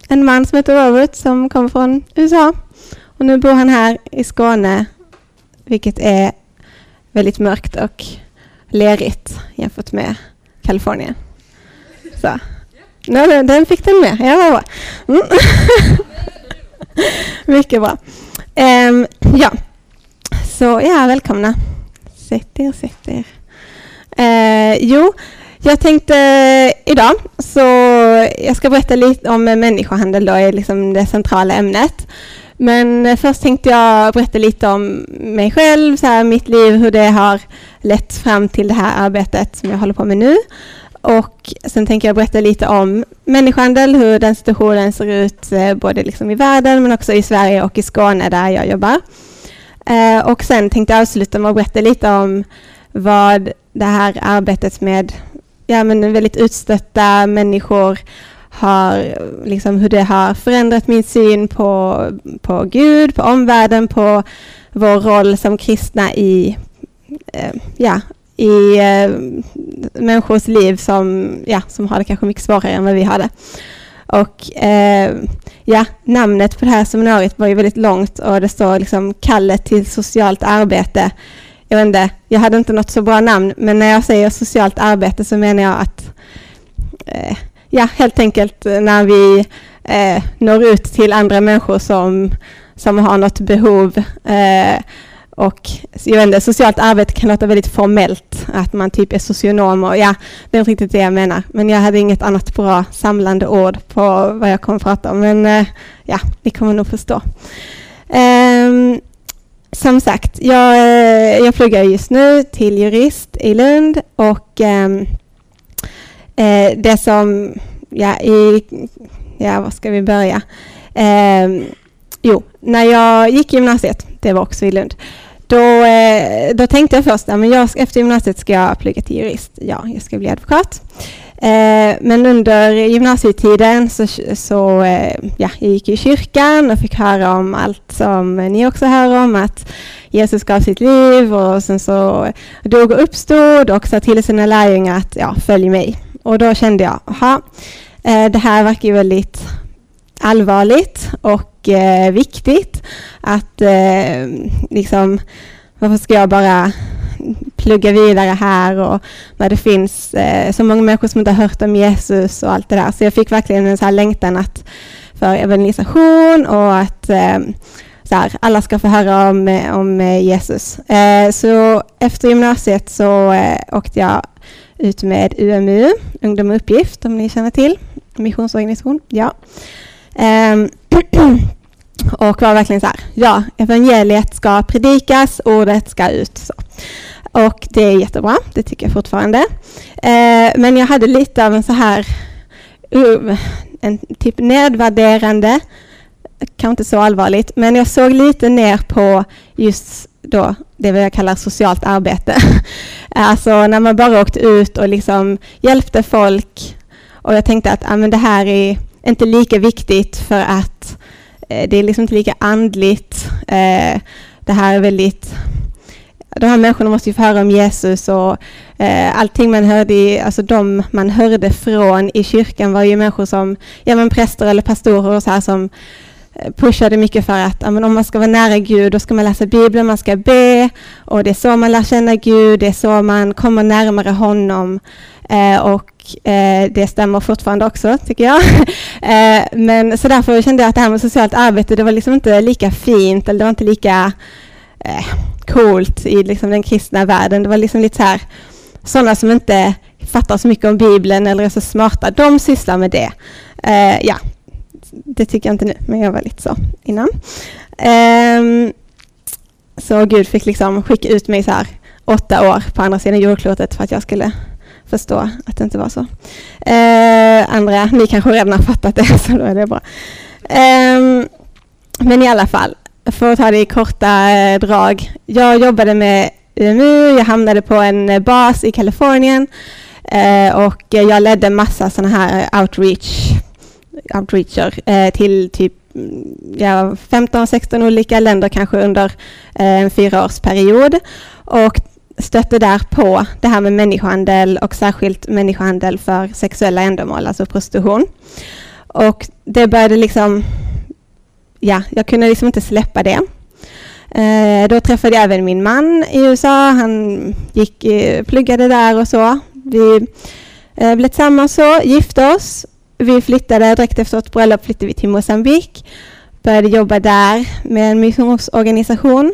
en man som heter Robert som kommer från USA. Och nu bor han här i Skåne, vilket är väldigt mörkt och lerigt jämfört med Kalifornien. Så. No, den fick den med. Ja, vad bra. Mycket bra. Ja. Så ja, välkomna. Sätt er. Jo, jag tänkte idag så jag ska berätta lite om människohandel då, är liksom det centrala ämnet. Men först tänkte jag berätta lite om mig själv, så här, mitt liv, hur det har lett fram till det här arbetet som jag håller på med nu. Och sen tänker jag berätta lite om människohandel, hur den situationen ser ut både liksom i världen men också i Sverige och i Skåne där jag jobbar. Och sen tänkte jag avsluta med att berätta lite om vad det här arbetet med väldigt utstötta människor har, liksom hur det har förändrat min syn på Gud, på omvärlden, på vår roll som kristna i människors liv som har det kanske mycket svårare än vad vi har det. Och namnet på det här seminariet var ju väldigt långt och det står liksom kallet till socialt arbete. Jag vet inte, jag hade inte något så bra namn, men när jag säger socialt arbete så menar jag att helt enkelt när vi når ut till andra människor som har något behov. Och jag vet inte, socialt arbete kan låta väldigt formellt, att man typ är socionom och det är inte riktigt det jag menar. Men jag hade inget annat bra samlande ord på vad jag kommer att prata om. Men ni kommer nog förstå. Som sagt, jag pluggar just nu till jurist i Lund och det som, var ska vi börja? När jag gick i gymnasiet, det var också i Lund, då tänkte jag först att efter gymnasiet ska jag plugga till jurist. Ja, jag ska bli advokat. Men under gymnasietiden så jag gick i kyrkan och fick höra om allt som ni också hör om, att Jesus gav sitt liv och sen så dog och uppstod och sa till sina lärjungar att följ mig. Och då kände jag, det här verkar ju väldigt allvarligt och viktigt att varför ska jag bara plugga vidare här och när det finns så många människor som inte har hört om Jesus och allt det där. Så jag fick verkligen en så här längtan för evangelisation och att alla ska få höra om Jesus. Så efter gymnasiet så åkte jag ut med UMU, Ungdom med uppgift, om ni känner till, missionsorganisation. Ja. Och var verkligen så här, evangeliet ska predikas, ordet ska ut. Så. Och det är jättebra, det tycker jag fortfarande. Men jag hade lite av en så här, en typ nedvärderande, kanske inte så allvarligt, men jag såg lite ner på just då det jag kallar socialt arbete. Alltså när man bara åkte ut och liksom hjälpte folk och jag tänkte att det här är inte lika viktigt för att det är liksom inte lika andligt. Det här är väldigt... De här människorna måste ju få höra om Jesus och allting man hörde, alltså de man hörde från i kyrkan var ju människor som, präster eller pastorer och så här som pushade mycket för att om man ska vara nära Gud då ska man läsa Bibeln, man ska be och det är så man lär känna Gud, det är så man kommer närmare honom och det stämmer fortfarande också tycker jag. Men så därför kände jag att det här med socialt arbete det var liksom inte lika fint eller det var inte lika coolt i liksom den kristna världen. Det var liksom lite så här sådana som inte fattar så mycket om Bibeln eller är så smarta, de sysslar med det. Det tycker jag inte nu, men jag var lite så innan. Så Gud fick liksom skicka ut mig så här 8 år på andra sidan jordklotet för att jag skulle förstå att det inte var så. Ni kanske redan har fattat det, så då är det bra. Men i alla fall, för att ta det i korta drag. Jag jobbade med UMU, jag hamnade på en bas i Kalifornien och jag ledde massa sådana här outreacher till typ 15-16 olika länder kanske under en 4-årsperiod och stötte där på det här med människohandel och särskilt människohandel för sexuella ändamål, alltså prostitution. Och det började liksom, jag kunde liksom inte släppa det. Då träffade jag även min man i USA. Han pluggade där och så. Vi blev tillsammans och gifte oss. Vi flyttade direkt efter ett bröllop flyttade vi till Mosambik. Började jobba där med en missionsorganisation.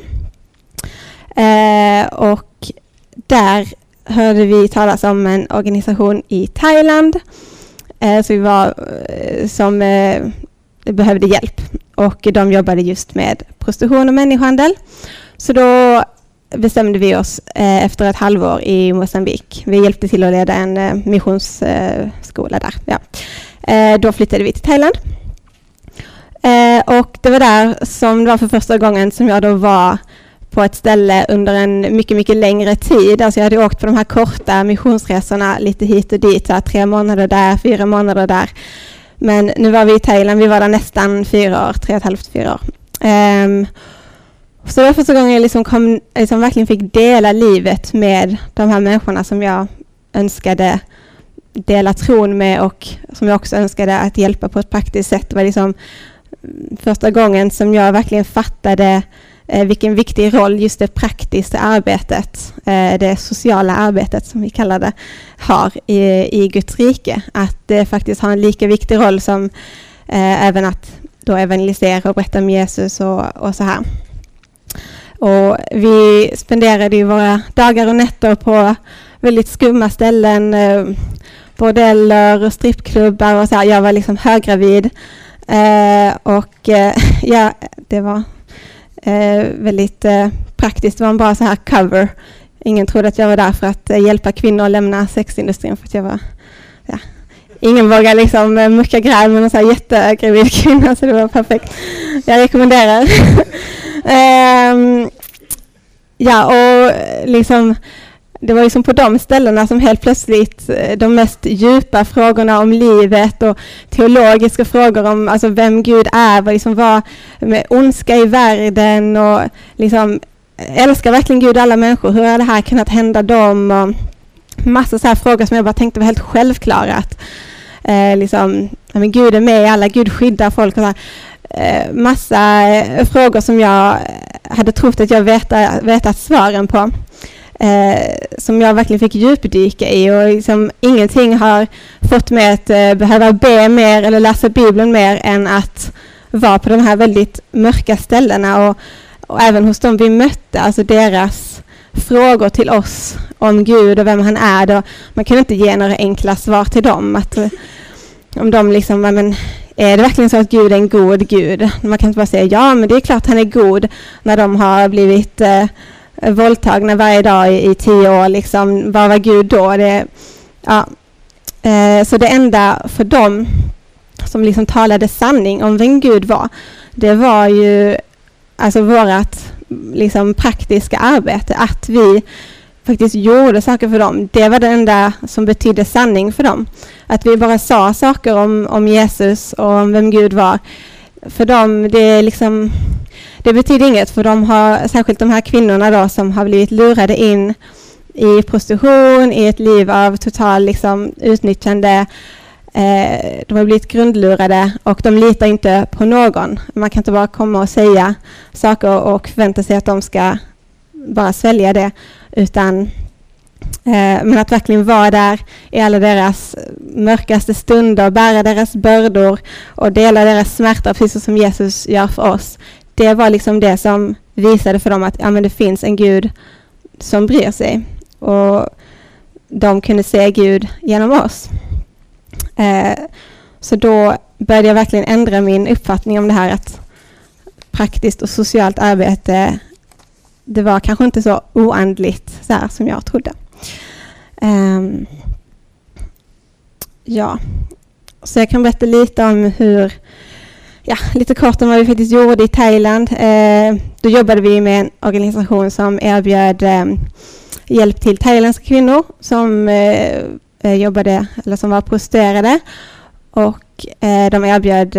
Och där hörde vi talas om en organisation i Thailand. Så vi var som behövde hjälp. Och de jobbade just med prostitution och människohandel. Så då bestämde vi oss efter ett halvår i Mosambik. Vi hjälpte till att leda en missionsskola där. Ja. Då flyttade vi till Thailand. Och det var där som det var för första gången som jag då var på ett ställe under en mycket, mycket längre tid. Alltså jag hade åkt på de här korta missionsresorna lite hit och dit. Så 3 månader där, 4 månader där. Men nu var vi i Thailand, vi var där nästan 4 år, 3,5-4 år. Så det var första gången jag liksom verkligen fick dela livet med de här människorna som jag önskade dela tron med och som jag också önskade att hjälpa på ett praktiskt sätt. Det var liksom första gången som jag verkligen fattade vilken viktig roll just det praktiska arbetet, det sociala arbetet som vi kallar det, har i Guds rike. Att det faktiskt har en lika viktig roll som även att då evangelisera och berätta om Jesus och så här. Och vi spenderade ju våra dagar och nätter på väldigt skumma ställen, bordeller och strippklubbar och så här. Jag var liksom höggravid det var väldigt praktiskt. Det var bara så här cover. Ingen trodde att jag var där för att hjälpa kvinnor att lämna sexindustrin för att jag var ingen vågar liksom mucka gräv med en så här jättegravid kvinna, så det var perfekt. Jag rekommenderar. Och liksom det var liksom på de ställena som helt plötsligt de mest djupa frågorna om livet och teologiska frågor om alltså vem Gud är, vad liksom var med ondska i världen och liksom älskar verkligen Gud alla människor, hur har det här kunnat hända dem, och massa så här frågor som jag bara tänkte var helt självklara att men Gud är med alla, Gud skyddar folk och så här. Massa frågor som jag hade trott att jag vetat svaren på. Som jag verkligen fick djupdyka i, och liksom ingenting har fått mig att behöva be mer eller läsa Bibeln mer än att vara på de här väldigt mörka ställena och även hos dem vi mötte, alltså deras frågor till oss om Gud och vem han är. Då, man kan inte ge några enkla svar till dem, att om de liksom, men är det verkligen så att Gud är en god Gud? Man kan inte bara säga ja, men det är klart han är god, när de har blivit våldtagna varje dag i 10 år. Liksom, vad var Gud då? Så det enda för dem som liksom talade sanning om vem Gud var, det var ju alltså vårat liksom praktiska arbete, att vi faktiskt gjorde saker för dem. Det var det enda som betydde sanning för dem. Att vi bara sa saker om Jesus och om vem Gud var. För dem, det betyder inget, för de har, särskilt de här kvinnorna då, som har blivit lurade in i prostitution, i ett liv av total liksom utnyttjande. De har blivit grundlurade och de litar inte på någon. Man kan inte bara komma och säga saker och förvänta sig att de ska bara svälja det, utan men att verkligen vara där i alla deras mörkaste stunder, bära deras bördor och dela deras smärta, precis som Jesus gör för oss. Det var liksom det som visade för dem att men det finns en Gud som bryr sig, och de kunde se Gud genom oss. Så då började jag verkligen ändra min uppfattning om det här, att praktiskt och socialt arbete, det var kanske inte så oandligt så här som jag trodde. Så jag kan berätta lite om lite kort om vad vi faktiskt gjorde i Thailand. Då jobbade vi med en organisation som erbjöd hjälp till thailändska kvinnor som jobbade eller som var prostituerade, och de erbjöd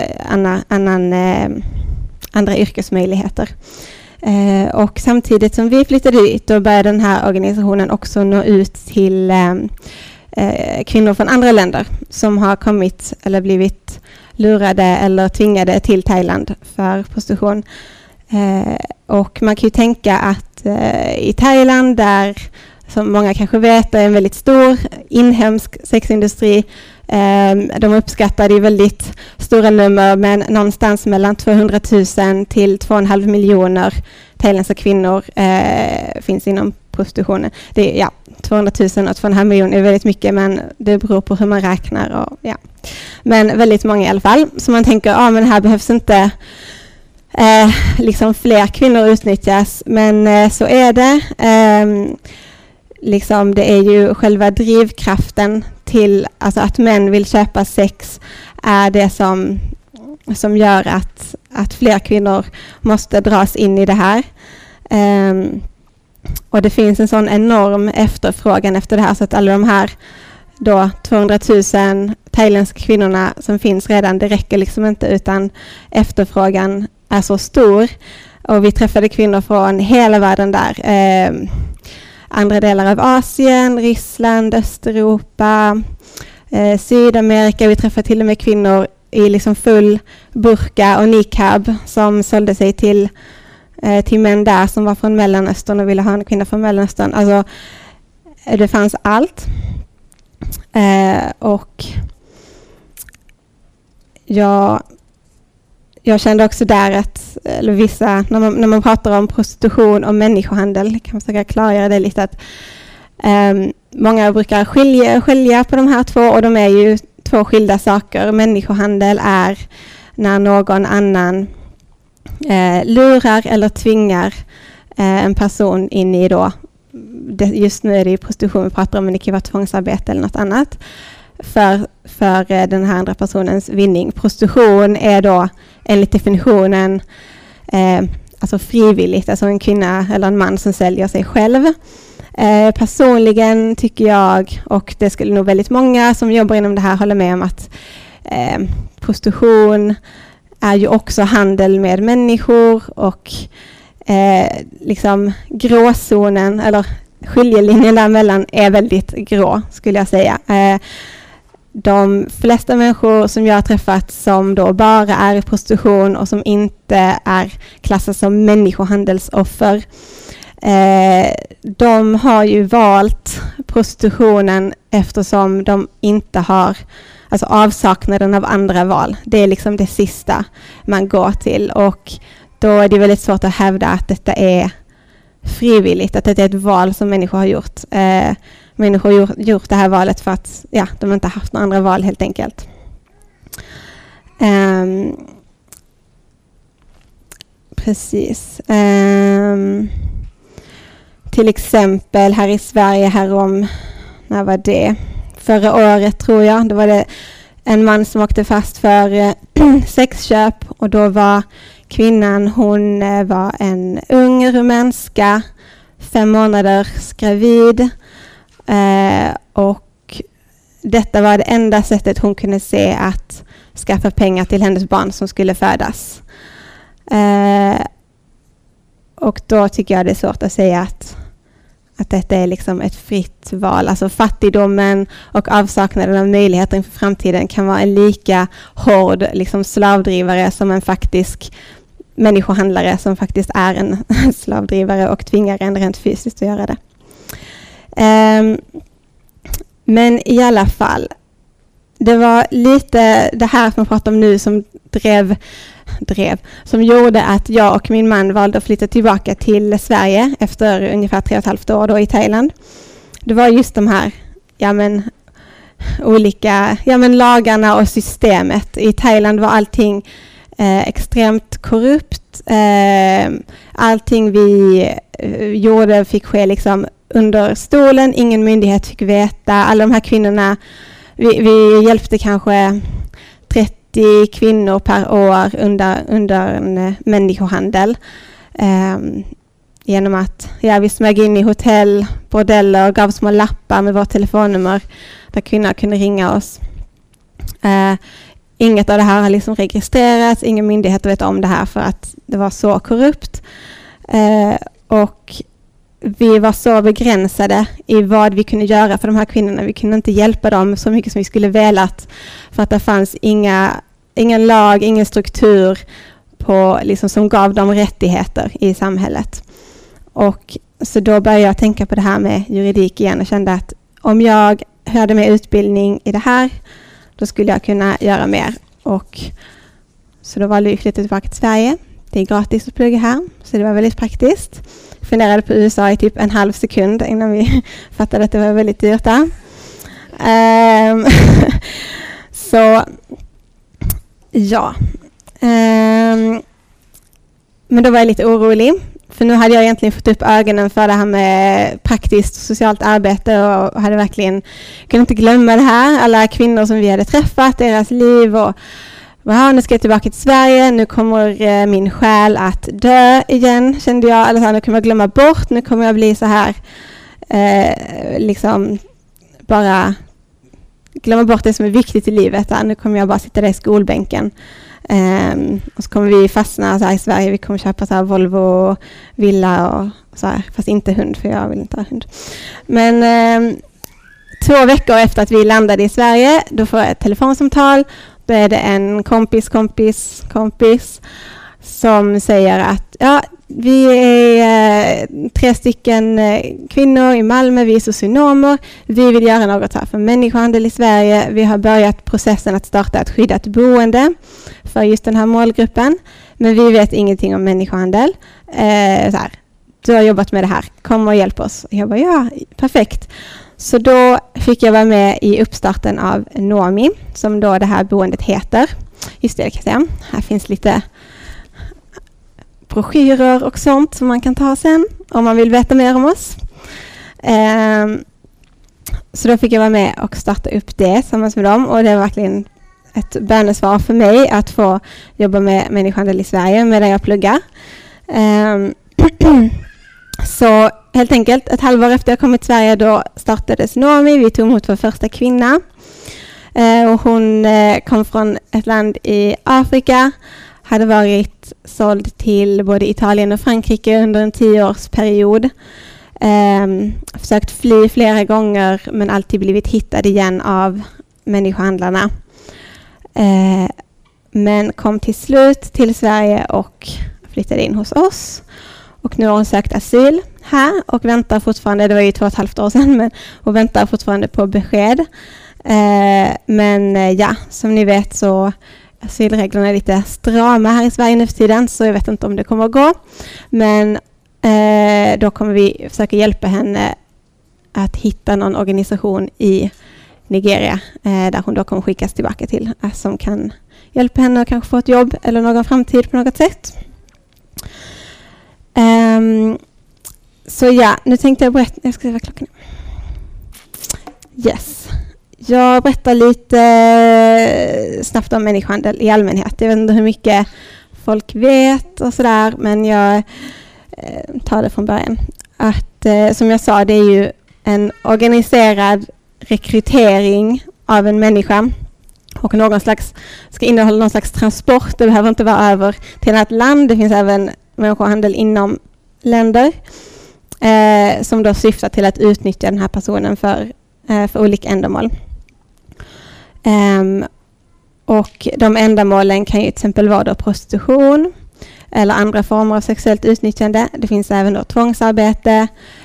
andra yrkesmöjligheter. Och samtidigt som vi flyttade dit, då började den här organisationen också nå ut till kvinnor från andra länder som har kommit eller blivit lurade eller tvingade till Thailand för prostitution. Och man kan ju tänka att i Thailand, där som många kanske vet är en väldigt stor inhemsk sexindustri, de uppskattade ju väldigt stora nummer, men någonstans mellan 200 000 till 2,5 miljoner thailändska kvinnor finns inom prostitutionen. Det är 200 000 och 2,5 miljoner är väldigt mycket, men det beror på hur man räknar. Och, ja. Men väldigt många i alla fall. Så man tänker, men här behövs inte liksom fler kvinnor utnyttjas, men så är det. Liksom det är ju själva drivkraften till, alltså att män vill köpa sex, är det som gör att fler kvinnor måste dras in i det här. Och det finns en sån enorm efterfrågan efter det här, så att alla de här då 200 000 thailändska kvinnorna som finns redan, det räcker liksom inte, utan efterfrågan är så stor. Och vi träffade kvinnor från hela världen där. Andra delar av Asien, Ryssland, Östeuropa, Sydamerika. Vi träffade till och med kvinnor i liksom full burka och niqab som sålde sig till män där som var från Mellanöstern och ville ha en kvinna från Mellanöstern. Alltså, det fanns allt. Och jag kände också där att, eller vissa, när man pratar om prostitution och människohandel, kan man försöka klargöra det lite, att många brukar skilja på de här två, och de är ju två skilda saker. Människohandel är när någon annan lurar eller tvingar en person in i då, just nu är det ju prostitution vi pratar om, men det kan vara tvångsarbete eller något annat, för den här andra personens vinning. Prostitution är då enligt definitionen alltså frivilligt, alltså en kvinna eller en man som säljer sig själv. Personligen tycker jag, och det skulle nog väldigt många som jobbar inom det här hålla med om, att prostitution är ju också handel med människor, och liksom gråzonen eller skiljelinjen däremellan är väldigt grå, skulle jag säga. De flesta människor som jag har träffat som då bara är i prostitution och som inte är klassade som människohandelsoffer, de har ju valt prostitutionen eftersom de inte har, alltså avsaknaden av andra val. Det är liksom det sista man går till, och då är det väldigt svårt att hävda att detta är frivilligt, att det är ett val som människor har gjort. Människor har gjort det här valet för att de inte haft några andra val helt enkelt. Precis. Till exempel här i Sverige när var det? Förra året tror jag. Då var det en man som åkte fast för sexköp, och då var kvinnan, hon var en ung rumänska, 5 månaders gravid, och detta var det enda sättet hon kunde se att skaffa pengar till hennes barn som skulle födas. Och då tycker jag det är svårt att säga att detta är liksom ett fritt val. Alltså fattigdomen och avsaknaden av möjligheter inför framtiden kan vara en lika hård liksom slavdrivare som en faktisk människohandlare som faktiskt är en slavdrivare och tvingar en rent fysiskt att göra det. Men i alla fall, det var lite det här som jag pratar om nu som som gjorde att jag och min man valde att flytta tillbaka till Sverige efter ungefär 3,5 år då i Thailand. Det var just de här olika lagarna och systemet. I Thailand var allting extremt korrupt. Allting vi gjorde fick ske liksom under stolen. Ingen myndighet fick veta. Alla de här kvinnorna, vi hjälpte kanske 30 kvinnor per år under en människohandel. Genom att vi smög in i hotell, bordeller och gav små lappar med vårt telefonnummer där kvinnor kunde ringa oss. Inget av det här har liksom registrerats. Ingen myndighet vet om det här för att det var så korrupt. Och vi var så begränsade i vad vi kunde göra för de här kvinnorna. Vi kunde inte hjälpa dem så mycket som vi skulle velat, för att det fanns ingen lag, ingen struktur på, liksom, som gav dem rättigheter i samhället. Och så då började jag tänka på det här med juridik igen och kände att om jag hade med utbildning i det här, då skulle jag kunna göra mer. Och så då valde vi att flytta tillbaka till Sverige. Det är gratis att plugga här, så det var väldigt praktiskt. Funderade på USA i typ en halv sekund innan vi fattade att det var väldigt dyrt där. Så ja. Men då var jag lite orolig. För nu hade jag egentligen fått upp ögonen för det här med praktiskt socialt arbete och hade verkligen kunnat inte glömma det här. Alla kvinnor som vi hade träffat, deras liv och nu ska jag tillbaka till Sverige. Nu kommer min själ att dö igen, kände jag. Eller så här, nu kommer jag glömma bort. Nu kommer jag bli så här liksom bara glömma bort det som är viktigt i livet. Nu kommer jag bara sitta där i skolbänken. Och så kommer vi fastna så här i Sverige. Vi kommer köpa så här Volvo och villa och så här, fast inte hund, för jag vill inte ha hund. Men 2 veckor efter att vi landade i Sverige, då får jag ett telefonsamtal. Då är det en kompis som säger att vi är 3 stycken kvinnor i Malmö, vi är socionomer. Vi vill göra något här för människohandel i Sverige. Vi har börjat processen att starta ett skyddat boende för just den här målgruppen. Men vi vet ingenting om människohandel. Så här, du har jobbat med det här, kom och hjälp oss. Jag bara, ja, perfekt. Så då fick jag vara med i uppstarten av Nomi, som då det här boendet heter. Just det, kan jag säga. Här finns lite broschyrer och sånt som man kan ta sen om man vill veta mer om oss. Så då fick jag vara med och starta upp det tillsammans med dem, och det var verkligen ett bönesvar för mig att få jobba med människohandel i Sverige medan jag pluggar. Så helt enkelt, ett halvår efter jag kommit till Sverige, då startades Nomi. Vi tog emot vår första kvinna. Och hon kom från ett land i Afrika. Hade varit såld till både Italien och Frankrike under en 10-årsperiod. Försökt fly flera gånger, men alltid blivit hittad igen av människohandlarna. Men kom till slut till Sverige och flyttade in hos oss. Och nu har hon sökt asyl här och väntar fortfarande, det var ju 2,5 år sedan, men hon väntar fortfarande på besked. Men ja, som ni vet så asylreglerna är lite strama här i Sverige nu för tiden, så jag vet inte om det kommer att gå. Men då kommer vi försöka hjälpa henne att hitta någon organisation i Nigeria där hon då kommer skickas tillbaka till, som kan hjälpa henne att kanske få ett jobb eller någon framtid på något sätt. Så ja, nu tänkte jag berätta. Jag ska se vad klockan är. Yes. Jag berättar lite snabbt om människohandel i allmänhet. Jag vet inte hur mycket folk vet och sådär, men jag tar det från början. Att som jag sa, det är ju en organiserad rekrytering av en människa och ska innehålla någon slags transport. Det behöver inte vara över till ett land. Det finns även människohandel inom länder som då syftar till att utnyttja den här personen för olika ändamål. Och de ändamålen kan ju till exempel vara då prostitution eller andra former av sexuellt utnyttjande. Det finns även då tvångsarbete,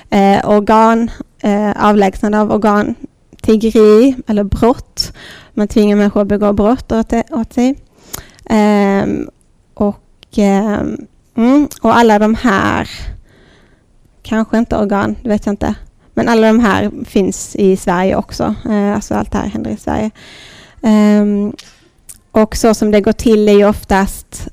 avlägsnande av organ, tiggeri eller brott. Man tvingar människor att begå brott åt sig. Och alla de här, kanske inte organ, det vet jag inte. Men alla de här finns i Sverige också. Alltså allt det här händer i Sverige. Och så som det går till är ju oftast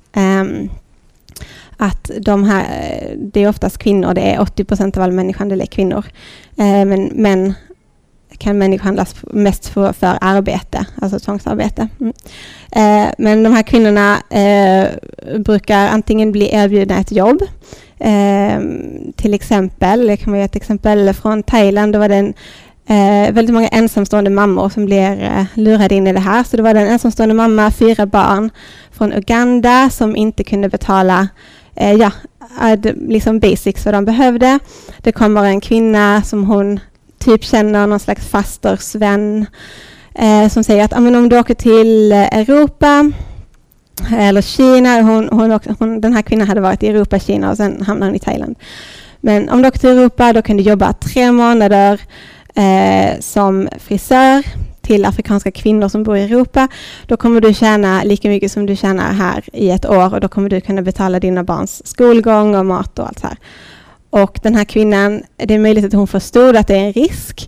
att det är oftast kvinnor. Det är 80% av all människohandel är kvinnor. Men män kan människohandlas mest för arbete, alltså tvångsarbete. Men de här kvinnorna brukar antingen bli erbjudna ett jobb. Till exempel, det kan vara ett exempel från Thailand, då var det väldigt många ensamstående mammor som blir lurade in i det här. Så det var en ensamstående mamma, 4 barn från Uganda som inte kunde betala liksom basics vad de behövde. Det kommer en kvinna som hon typ känner, någon slags fastersvän, som säger att om du åker till Europa eller Kina, den här kvinnan hade varit i Europa, Kina och sen hamnade hon i Thailand. Men om du åker till Europa, då kan du jobba 3 månader som frisör till afrikanska kvinnor som bor i Europa. Då kommer du tjäna lika mycket som du tjänar här i ett år, och då kommer du kunna betala dina barns skolgång och mat och allt så här. Och den här kvinnan, det är möjligt att hon förstod att det är en risk.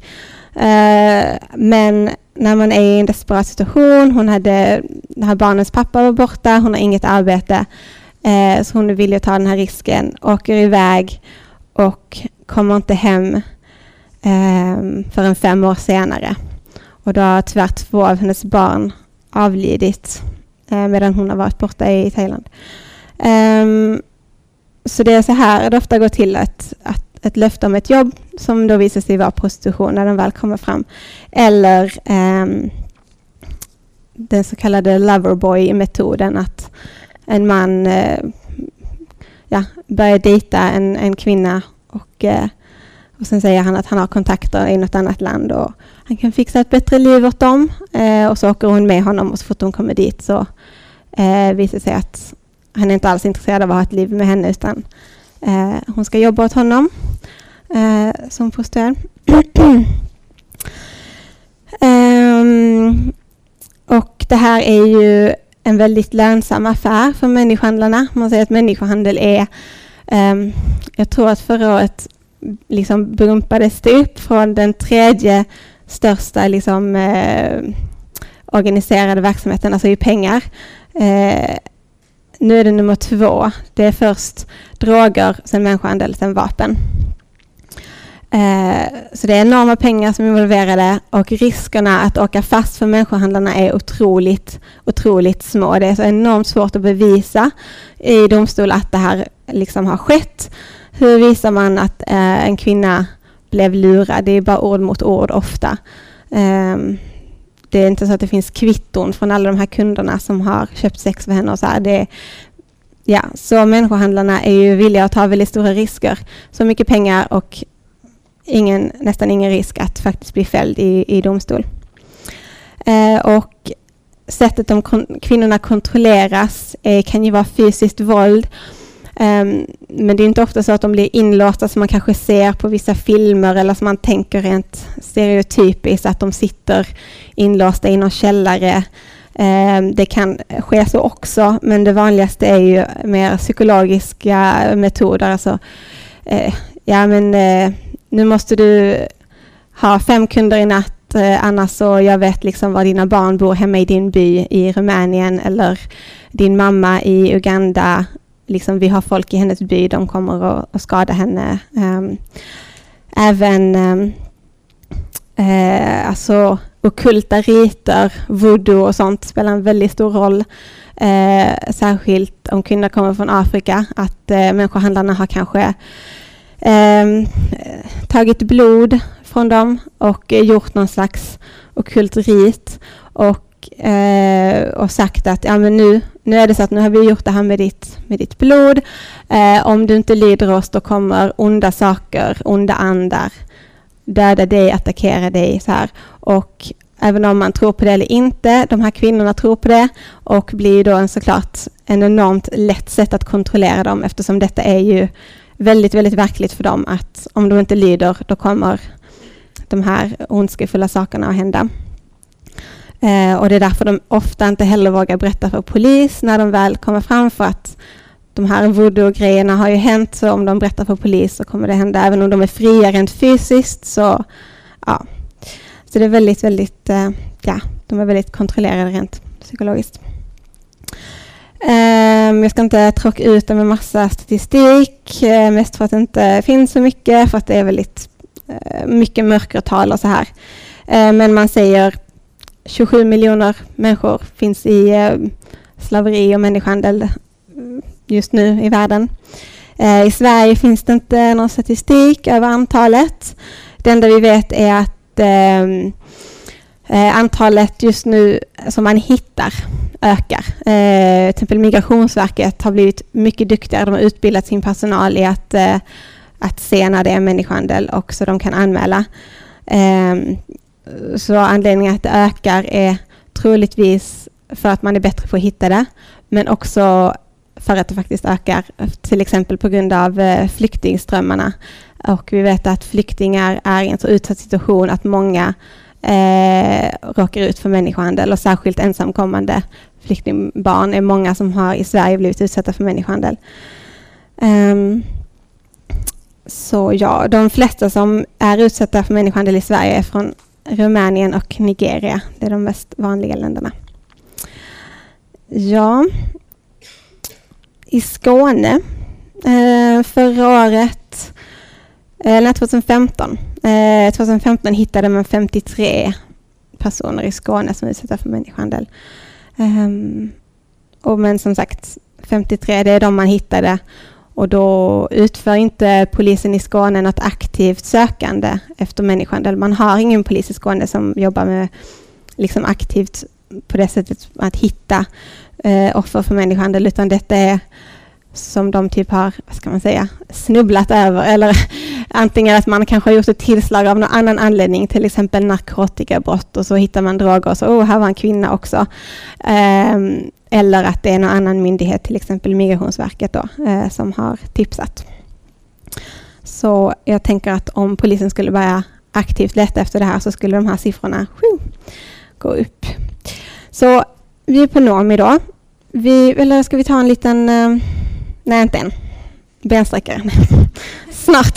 Men när man är i en desperat situation, det här barnens pappa var borta, hon har inget arbete, så hon vill ju ta den här risken, åker iväg och kommer inte hem förrän 5 år senare. Och då har tyvärr 2 av hennes barn avlidit medan hon har varit borta i Thailand. Så det är så här det ofta går till, ett löfte om ett jobb som då visar sig vara prostitution när den väl kommer fram. Eller den så kallade loverboy-metoden, att en man börjar dejta en kvinna och sen säger han att han har kontakter i något annat land och han kan fixa ett bättre liv åt dem. Och så åker hon med honom, och så fort hon kommer dit så visar sig att han är inte alls intresserad av att ha ett liv med henne, utan hon ska jobba åt honom som prostituerad. Och det här är ju en väldigt lönsam affär för människohandlarna. Man säger att människohandel är, jag tror att förra året liksom bumpades det upp från den 3:e största liksom, organiserade verksamheten, alltså i pengar. Nu är det nummer 2. Det är först droger, sen människohandel, sen vapen. Så det är enorma pengar som är involverade, och riskerna att åka fast för människohandlarna är otroligt små. Det är så enormt svårt att bevisa i domstol att det här liksom har skett. Hur visar man att en kvinna blev lurad? Det är bara ord mot ord ofta. Det är inte så att det finns kvitton från alla de här kunderna som har köpt sex för henne och så här. Så människohandlarna är ju villiga att ta väldigt stora risker. Så mycket pengar och nästan ingen risk att faktiskt bli fälld i domstol. Och sättet de kvinnorna kontrolleras kan ju vara fysiskt våld. Men det är inte ofta så att de blir inlåsta som man kanske ser på vissa filmer, eller som man tänker rent stereotypiskt att de sitter inlåsta i någon källare. Det kan ske så också, men det vanligaste är ju mer psykologiska metoder. Alltså, nu måste du ha 5 kunder i natt, annars så jag vet liksom var dina barn bor hemma i din by i Rumänien, eller din mamma i Uganda. Liksom, vi har folk i hennes by, de kommer att skada henne. Även alltså ockulta riter, voodoo och sånt spelar en väldigt stor roll. Särskilt om kvinnor kommer från Afrika, att människohandlarna har kanske tagit blod från dem och gjort någon slags ockult rit och sagt att men nu är det så att nu har vi gjort det här med ditt blod. Om du inte lyder oss, då kommer onda saker, onda andar döda dig, attackera dig så här. Och även om man tror på det eller inte, de här kvinnorna tror på det, och blir då såklart en enormt lätt sätt att kontrollera dem, eftersom detta är ju väldigt, väldigt verkligt för dem, att om de inte lyder, då kommer de här ondskefulla sakerna att hända. Och det är därför de ofta inte heller vågar berätta för polis när de väl kommer fram, för att de här voodoo-grejerna har ju hänt, så om de berättar för polis så kommer det hända, även om de är fria rent fysiskt. Så det är väldigt, väldigt, de är väldigt kontrollerade rent psykologiskt. Jag ska inte tråka ut med massa statistik, mest för att det inte finns så mycket, för att det är väldigt mycket mörkertal och så här. Men man säger 27 miljoner människor finns i slaveri och människohandel just nu i världen. I Sverige finns det inte någon statistik över antalet. Det enda vi vet är att Antalet just nu som man hittar ökar. Till exempel Migrationsverket har blivit mycket duktigare. De har utbildat sin personal i att se när det är människohandel och så de kan anmäla. Så anledningen att det ökar är troligtvis för att man är bättre på att hitta det, men också för att det faktiskt ökar, till exempel på grund av flyktingströmmarna. Och vi vet att flyktingar är i en så utsatt situation att många råkar ut för människohandel, och särskilt ensamkommande flyktingbarn är många som har i Sverige blivit utsatta för människohandel. Så ja, de flesta som är utsatta för människohandel i Sverige är från Rumänien och Nigeria. Det är de mest vanliga länderna. Ja, i Skåne förra året, 2015 hittade man 53 personer i Skåne som är utsatta för människohandel. Men som sagt, 53, det är de man hittade. Och då utför inte polisen i Skåne något aktivt sökande efter människohandel. Man har ingen polis i Skåne som jobbar med liksom aktivt på det sättet att hitta offer för människohandel, utan detta är som de typ har, vad ska man säga, snubblat över, eller antingen att man kanske har gjort ett tillslag av någon annan anledning, till exempel narkotikabrott, och så hittar man droger och så, här var en kvinna också. Eller att det är någon annan myndighet, till exempel Migrationsverket då, som har tipsat. Så jag tänker att om polisen skulle börja aktivt leta efter det här så skulle de här siffrorna gå upp. Så vi är på Noomi då. Eller ska vi ta en liten... nej, inte en. Bensträckare. Snart.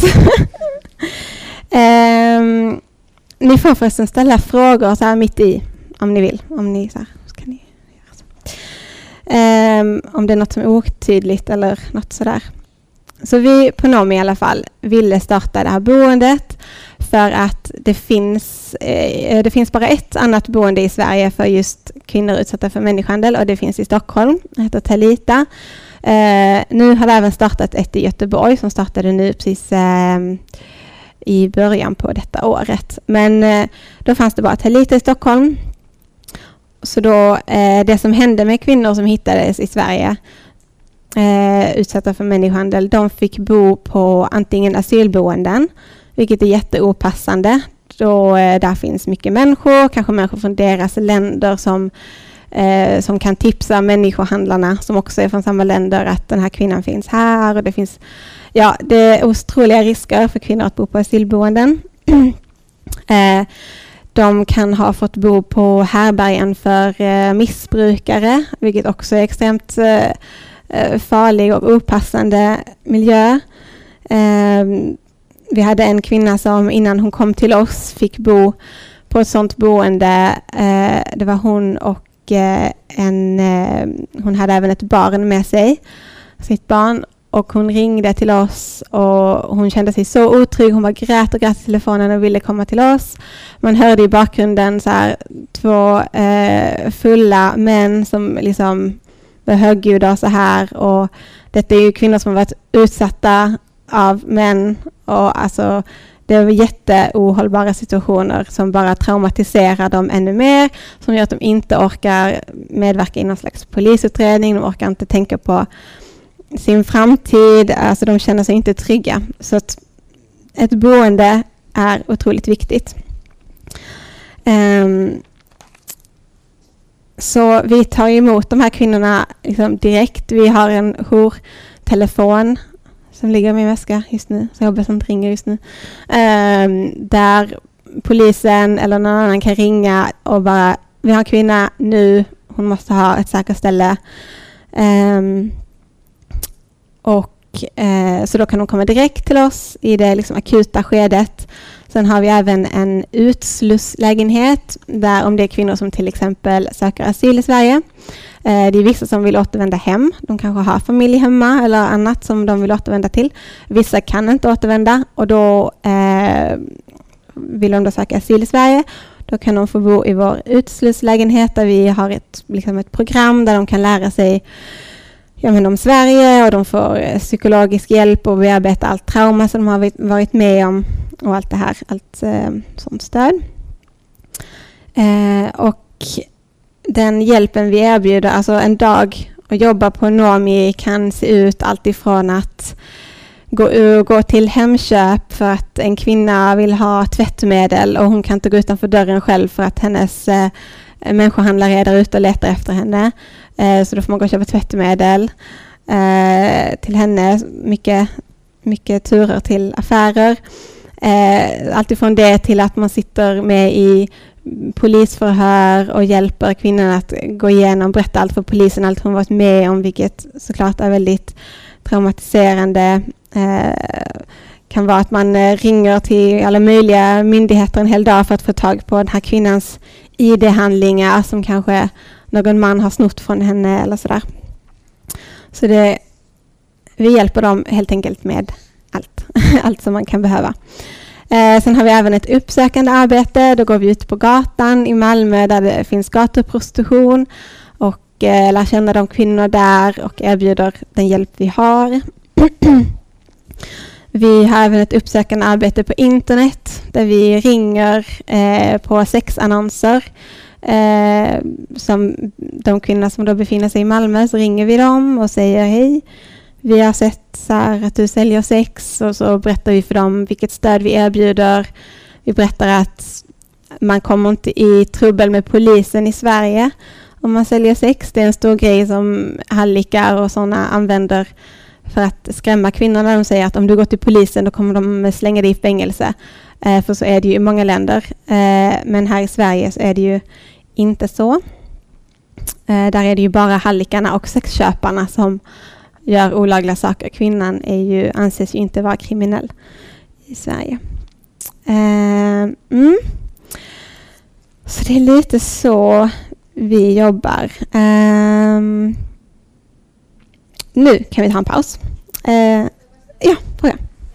Ni får förresten ställa frågor så här mitt i, om ni vill. Om ni så här, så kan ni göra så. Om det är något som är otydligt eller något sådär. Så vi på Noomi i alla fall ville starta det här boendet för att det finns bara ett annat boende i Sverige för just kvinnor utsatta för människohandel, och det finns i Stockholm. Det heter Talita. Nu har det även startat ett i Göteborg som startade nu precis i början på detta året. Men då fanns det bara Talita i Stockholm. Så då det som hände med kvinnor som hittades i Sverige utsatta för människohandel, de fick bo på antingen asylboenden, vilket är jätteopassande. Då där finns mycket människor, kanske människor från deras länder som kan tipsa människohandlarna som också är från samma länder att den här kvinnan finns här, och det finns det är otroliga risker för kvinnor att bo på asylboenden. De kan ha fått bo på härbärgen för missbrukare, vilket också är extremt farlig och opassande miljö. Vi hade en kvinna som innan hon kom till oss fick bo på ett sånt boende. Det var hon och hon hade även ett barn med sig, sitt barn, och hon ringde till oss och hon kände sig så otrygg. Hon grät i telefonen och ville komma till oss. Man hörde i bakgrunden så här 2 fulla män som liksom var högljudda och så här, och detta är ju kvinnor som har varit utsatta av män, och alltså det var jätteohållbara situationer som bara traumatiserar dem ännu mer, som gör att de inte orkar medverka i någon slags polisutredning, de orkar inte tänka på sin framtid, alltså de känner sig inte trygga. Så att ett boende är otroligt viktigt. Så vi tar emot de här kvinnorna liksom direkt. Vi har en jourtelefon som ligger i min väska just nu, så jag hoppas inte ringer just nu. Där polisen eller någon annan kan ringa och bara, vi har en kvinna nu, hon måste ha ett säkert ställe. Så då kan de komma direkt till oss i det liksom akuta skedet. Sen har vi även en utslusslägenhet där, om det är kvinnor som till exempel söker asyl i Sverige. Det är vissa som vill återvända hem. De kanske har familj hemma eller annat som de vill återvända till. Vissa kan inte återvända, och då vill de då söka asyl i Sverige. Då kan de få bo i vår utslusslägenhet där vi har ett program där de kan lära sig om Sverige, och de får psykologisk hjälp och bearbeta allt trauma som de har varit med om och allt det här, allt sånt stöd. Och den hjälpen vi erbjuder, alltså en dag att jobba på Nomi kan se ut alltifrån att gå till Hemköp för att en kvinna vill ha tvättmedel och hon kan inte gå utanför dörren själv för att hennes människohandlare är där ute och letar efter henne. Så då får man gå och köpa tvättmedel till henne. Mycket turer till affärer. Alltifrån det till att man sitter med i polisförhör och hjälper kvinnan att gå igenom, berätta allt för polisen, allt hon varit med om, vilket såklart är väldigt traumatiserande. Kan vara att man ringer till alla möjliga myndigheter en hel dag för att få tag på den här kvinnans ID-handlingar som kanske någon man har snott från henne eller sådär. Så vi hjälper dem helt enkelt med allt som man kan behöva. Sen har vi även ett uppsökande arbete. Då går vi ut på gatan i Malmö där det finns gatuprostitution och lär känna de kvinnor där och erbjuder den hjälp vi har. Vi har även ett uppsökande arbete på internet där vi ringer på sexannonser. Som de kvinnor som då befinner sig i Malmö, så ringer vi dem och säger hej. Vi har sett så här att du säljer sex, och så berättar vi för dem vilket stöd vi erbjuder. Vi berättar att man kommer inte i trubbel med polisen i Sverige om man säljer sex. Det är en stor grej som hallickar och sådana använder för att skrämma kvinnorna. De säger att om du går till polisen då kommer de slänga dig i fängelse. För så är det ju i många länder. Men här i Sverige så är det ju inte så. Där är det ju bara hallickarna och sexköparna som gör olagliga saker. Kvinnan anses ju inte vara kriminell i Sverige. Så det är lite så vi jobbar. Nu kan vi ta en paus. Ja, fråga.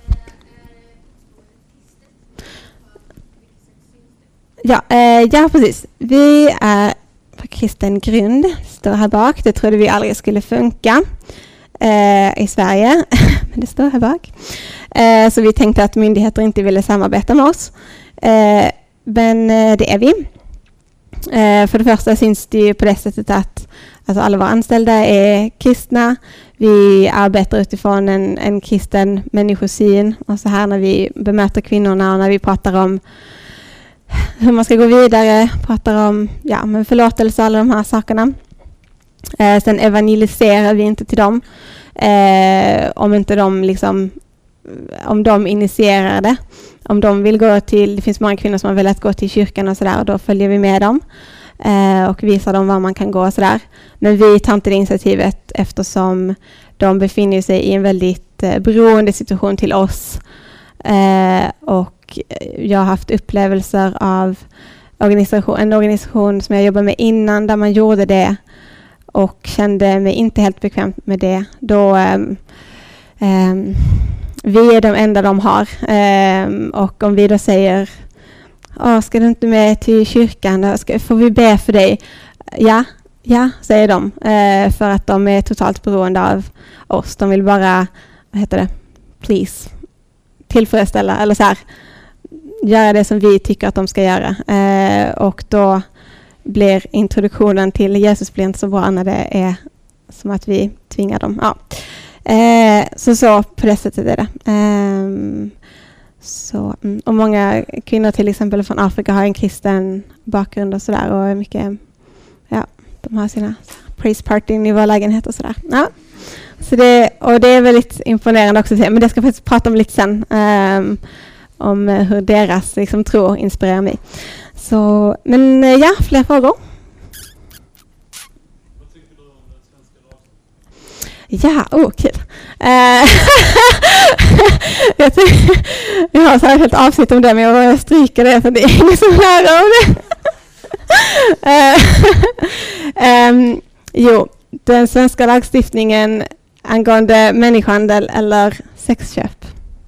Ja, precis. Vi är på kristen grund. Står här bak. Det trodde vi aldrig skulle funka i Sverige. Men det står här bak. Så vi tänkte att myndigheter inte ville samarbeta med oss. Men det är vi. För det första syns det ju på det sättet att alltså alla våra anställda är kristna. Vi arbetar utifrån en kristen människosyn. Och så här när vi bemöter kvinnorna och när vi pratar om hur man ska gå vidare, pratar om men förlåtelse och alla de här sakerna. Sen evangeliserar vi inte till dem. Om inte de om de initierar det. Om de vill gå till, det finns många kvinnor som har velat gå till kyrkan och sådär, och då följer vi med dem och visar dem var man kan gå och sådär. Men vi tar inte det initiativet eftersom de befinner sig i en väldigt beroende situation till oss. Och jag har haft upplevelser av en organisation som jag jobbade med innan där man gjorde det och kände mig inte helt bekväm med det. Då vi är de enda de har. Och om vi då säger ska du inte med till kyrkan? Får vi be för dig? Ja, säger de. För att de är totalt beroende av oss. De vill bara, please, tillfredsställa. Eller så här, göra det som vi tycker att de ska göra. Och då blir introduktionen till Jesus blir inte så bra när det är som att vi tvingar dem. Ja. Så på det sättet är det. Och många kvinnor till exempel från Afrika har en kristen bakgrund och sådär, och är mycket, de har sina praise party i vår lägenhet och sådär. Ja. Så det är väldigt imponerande också, men det ska jag faktiskt prata om lite sen, om hur deras tro inspirerar mig. Så, men fler frågor? Ja, kul. Jag har så här helt avsnitt om det, men jag stryker det för det är ingen som lär om det. Den svenska lagstiftningen angående människohandel eller sexköp.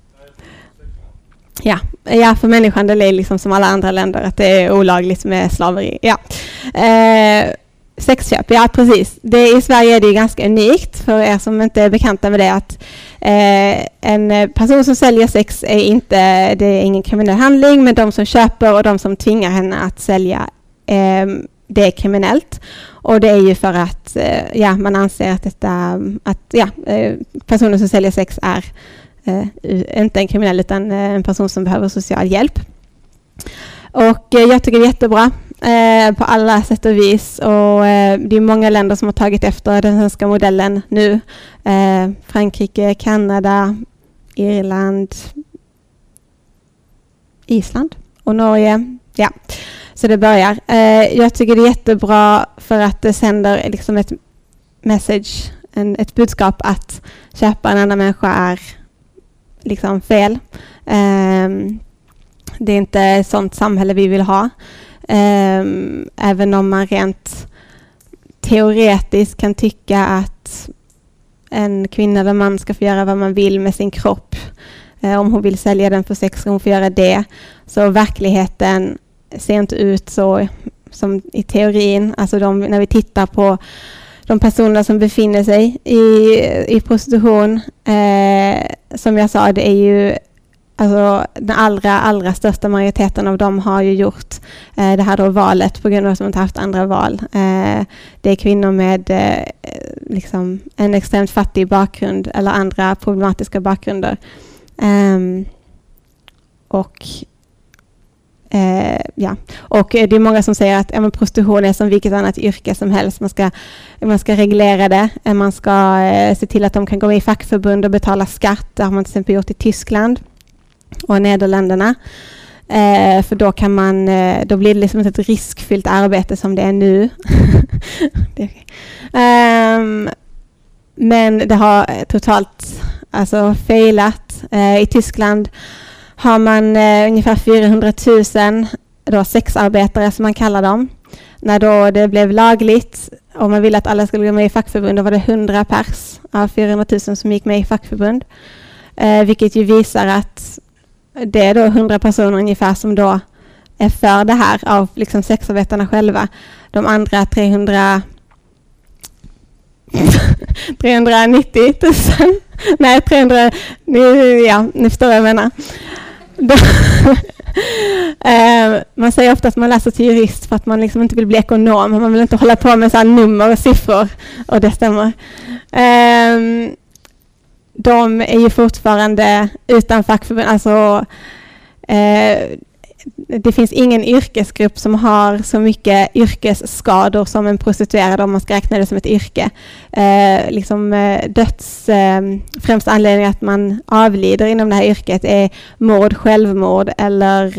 Ja, för människohandel är som alla andra länder att det är olagligt med slaveri. Ja. Sexköp, ja precis. I Sverige är det ganska unikt för er som inte är bekanta med det, att en person som säljer sex det är ingen kriminell handling, men de som köper och de som tvingar henne att sälja det är kriminellt. Och det är ju för att man anser att personer som säljer sex är inte en kriminell utan en person som behöver social hjälp. Och jag tycker det är jättebra på alla sätt och vis. Och det är många länder som har tagit efter den svenska modellen nu. Frankrike, Kanada, Irland, Island och Norge. Ja, så det börjar. Jag tycker det är jättebra för att det sänder liksom ett message, ett budskap att köpa en annan människa är liksom fel. Det är inte ett sånt samhälle vi vill ha. Även om man rent teoretiskt kan tycka att en kvinna eller man ska få göra vad man vill med sin kropp. Om hon vill sälja den för sex ska hon få göra det. Så verkligheten ser inte ut så som i teorin. Alltså när vi tittar på de personer som befinner sig i prostitution. Som jag sa, det är ju alltså den allra största majoriteten av dem har ju gjort det här då valet på grund av att de inte haft andra val. Det är kvinnor med liksom en extremt fattig bakgrund eller andra problematiska bakgrunder. Och det är många som säger att prostitution är som vilket annat yrke som helst. Man ska reglera det. Man ska se till att de kan gå med i fackförbund och betala skatt. Det har man till exempel gjort i Tyskland och Nederländerna. För då blir det liksom ett riskfyllt arbete som det är nu. Det är okay. Men det har totalt failat. I Tyskland har man ungefär 400 000 då sexarbetare som man kallar dem. När då det blev lagligt och man ville att alla skulle gå med i fackförbund, då var det 100 pers av 400 000 som gick med i fackförbund. Vilket ju visar att det är då 100 personer ungefär som då är för det här av liksom sexarbetarna själva. De andra 390 000. Nej, 300. Ni förstår vad jag menar. Man säger ofta att man läser till jurist för att man liksom inte vill bli ekonom. Man vill inte hålla på med så här nummer och siffror. Och det stämmer. De är ju fortfarande utan fackförbund. Alltså, det finns ingen yrkesgrupp som har så mycket yrkesskador som en prostituerad om man ska räkna det som ett yrke. Främst anledningen att man avlider inom det här yrket är mord, självmord eller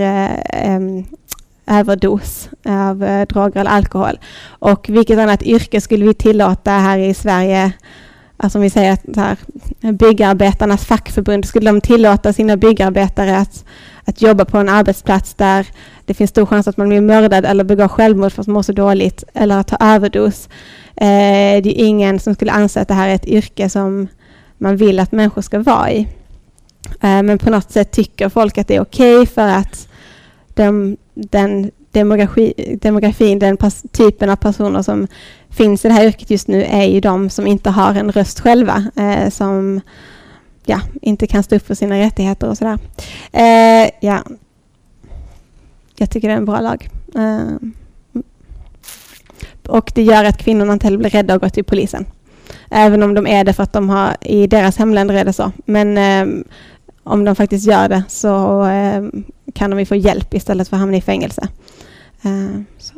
överdos av droger eller alkohol. Och vilket annat yrke skulle vi tillåta här i Sverige? Alltså om vi säger att här, byggarbetarnas fackförbund, skulle de tillåta sina byggarbetare att jobba på en arbetsplats där det finns stor chans att man blir mördad eller begår självmord för att man mår så dåligt eller att ta överdos. Det är ingen som skulle anse att det här är ett yrke som man vill att människor ska vara i. Men på något sätt tycker folk att det är okej för att den demografin, den typen av personer som finns i det här yrket just nu är ju de som inte har en röst själva, som inte kan stå upp för sina rättigheter och sådär. Jag tycker det är en bra lag. Och det gör att kvinnorna inte heller blir rädda och går till polisen. Även om de är det för att de har i deras hemländer är det så. Men om de faktiskt gör det så kan de ju få hjälp istället för att hamna i fängelse. Så.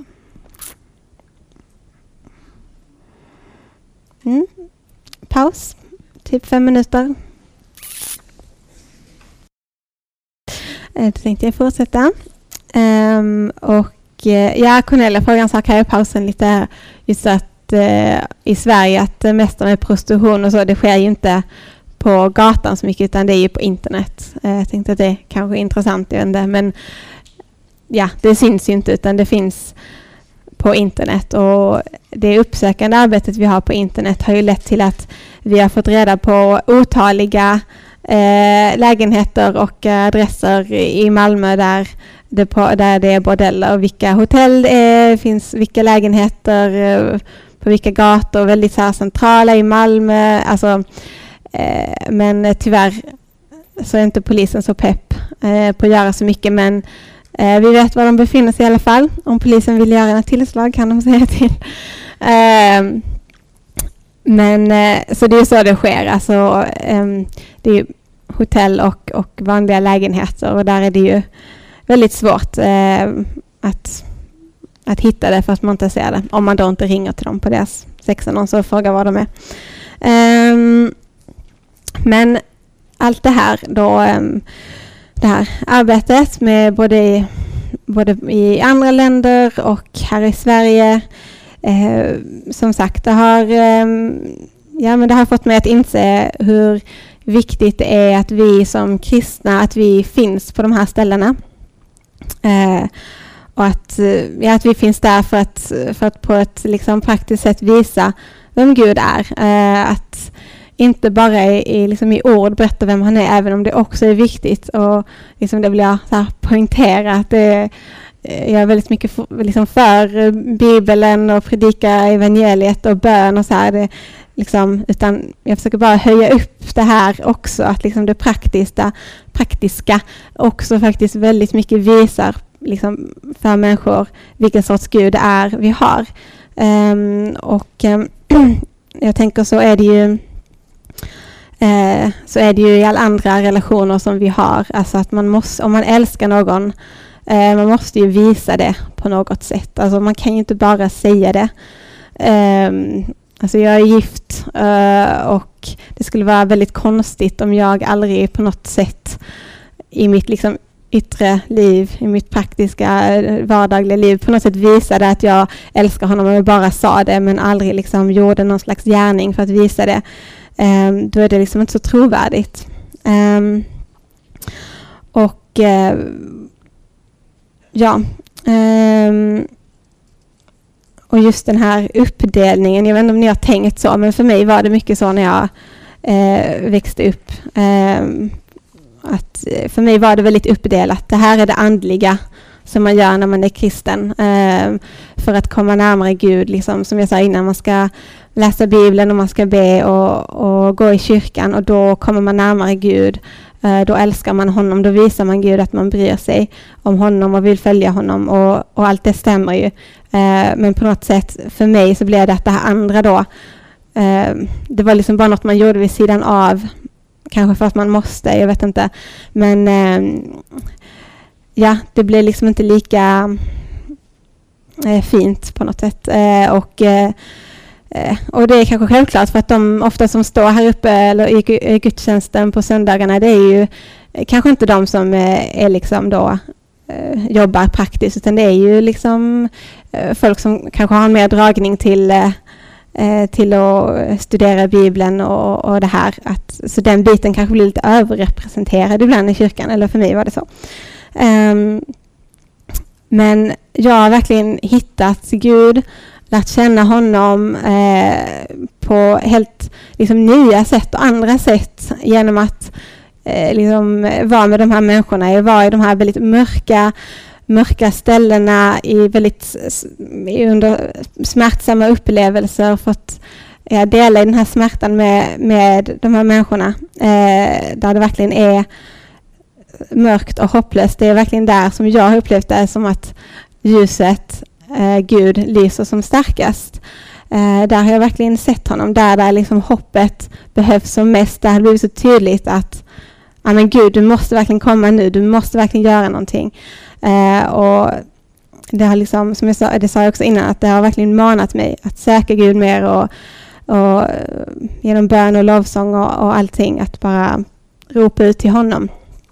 Paus. Typ 5 minuter. Då tänkte jag fortsätta. Cornelia frågade en sak här i pausen lite. Just att i Sverige att det mesta med prostitution och så, det sker ju inte på gatan så mycket utan det är ju på internet. Jag tänkte att det kanske är intressant, men det syns ju inte utan det finns på internet, och det uppsökande arbetet vi har på internet har ju lett till att vi har fått reda på otaliga lägenheter och adresser i Malmö där det är bordeller, och vilka hotell det är, finns vilka lägenheter på vilka gator, väldigt så här centrala i Malmö. Alltså, men tyvärr så är inte polisen så pepp på att göra så mycket, men Vi vet var de befinner sig i alla fall. Om polisen vill göra ett tillslag kan de säga till. Men så det är så det sker. Alltså, det är hotell och vanliga lägenheter, och där är det ju väldigt svårt att hitta det för att man inte ser det. Om man då inte ringer till dem på deras 16 så frågar var de är. Men allt det här då, det här arbetet med både i andra länder och här i Sverige, som sagt, det har fått mig att inse hur viktigt det är att vi som kristna, att vi finns på de här ställena. Och att vi finns där för att på ett liksom praktiskt sätt visa vem Gud är. Att inte bara i ord berätta vem han är, även om det också är viktigt. Och liksom det vill jag så här poängtera, att jag är väldigt mycket för Bibeln och predika evangeliet och bön och så här. Utan jag försöker bara höja upp det här också, att liksom det praktiska också faktiskt väldigt mycket visar liksom för människor vilken sorts Gud det är vi har. Jag tänker så är det ju i alla andra relationer som vi har. Alltså att man måste, om man älskar någon, man måste ju visa det på något sätt. Alltså man kan ju inte bara säga det. Alltså jag är gift och det skulle vara väldigt konstigt om jag aldrig på något sätt i mitt liksom yttre liv, i mitt praktiska vardagliga liv på något sätt visade att jag älskar honom, och jag bara sa det men aldrig liksom gjorde någon slags gärning för att visa det. Då är det liksom inte så trovärdigt. Och just den här uppdelningen, jag vet inte om ni har tänkt så, men för mig var det mycket så när jag växte upp. Att för mig var det väldigt uppdelat. Det här är det andliga som man gör när man är kristen. För att komma närmare Gud, liksom, som jag sa innan, man ska läsa Bibeln och man ska be och gå i kyrkan, och då kommer man närmare Gud. Då älskar man honom, då visar man Gud att man bryr sig om honom och vill följa honom, och allt det stämmer ju. Men på något sätt för mig så blev det här andra då. Det var liksom bara något man gjorde vid sidan av. Kanske för att man måste, jag vet inte. Men det blev liksom inte lika fint på något sätt. Och det är kanske självklart, för att de ofta som står här uppe eller i gudstjänsten på söndagarna, det är ju kanske inte de som är liksom då jobbar praktiskt, utan det är ju liksom folk som kanske har en mer dragning till att studera Bibeln och det här. Så den biten kanske blir lite överrepresenterad ibland i kyrkan, eller för mig var det så. Men jag har verkligen hittat Gud, lärt känna honom på helt liksom nya sätt och andra sätt genom att liksom vara med de här människorna. Jag var i de här väldigt mörka ställena under smärtsamma upplevelser, fått dela i den här smärtan med de här människorna, där det verkligen är mörkt och hopplöst. Det är verkligen där som jag har upplevt det, som att ljuset, Gud, lyser som starkast. Där har jag verkligen sett honom, där liksom hoppet behövs som mest. Där har det blivit så tydligt att men Gud, du måste verkligen komma nu, du måste verkligen göra någonting. Och det har liksom, som jag sa, det sa jag också innan, att det har verkligen manat mig att söka Gud mer, och genom bön och lovsång och allting, att bara ropa ut till honom.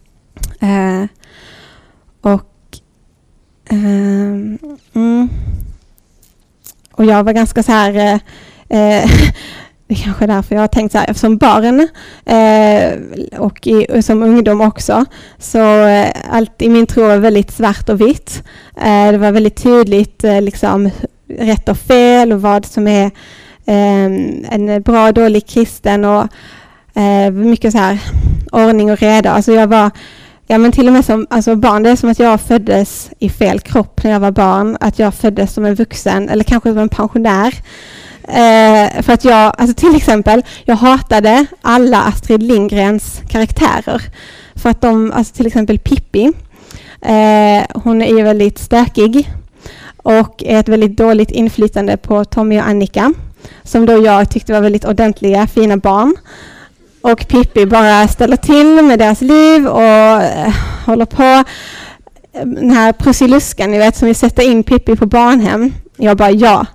Och jag var ganska så här det är kanske därför jag har tänkt så här, som barn och som ungdom också, så allt i min tro var väldigt svart och vitt. Det var väldigt tydligt liksom rätt och fel, och vad som är en bra och dålig kristen, och mycket så här ordning och reda. Alltså jag var men till och med som barn, det är som att jag föddes i fel kropp när jag var barn, att jag föddes som en vuxen eller kanske som en pensionär. För att jag, till exempel, jag hatade alla Astrid Lindgrens karaktärer. För att till exempel Pippi, Hon är ju väldigt stökig och är ett väldigt dåligt inflytande på Tommy och Annika, som då jag tyckte var väldigt ordentliga, fina barn. Och Pippi bara ställer till med deras liv och håller på. Den här Prussiluskan, ni vet, som vi sätter in Pippi på barnhem. Jag bara, ja.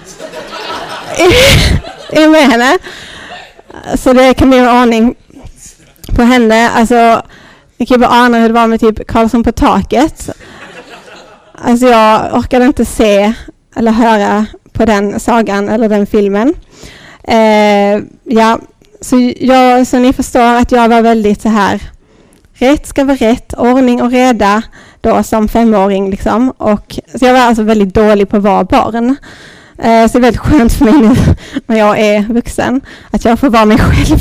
Är med henne? Så det kan bli en aning på henne. Alltså, jag kan bara ana hur det var med typ Karlsson på taket. Alltså jag orkade inte se eller höra på den sagan eller den filmen. Ja, så ni förstår att jag var väldigt så här, rätt ska vara rätt, ordning och reda då som 5-åring liksom. Och så jag var alltså väldigt dålig på att vara barn. Så det är väldigt skönt för mig nu när jag är vuxen att jag får vara mig själv.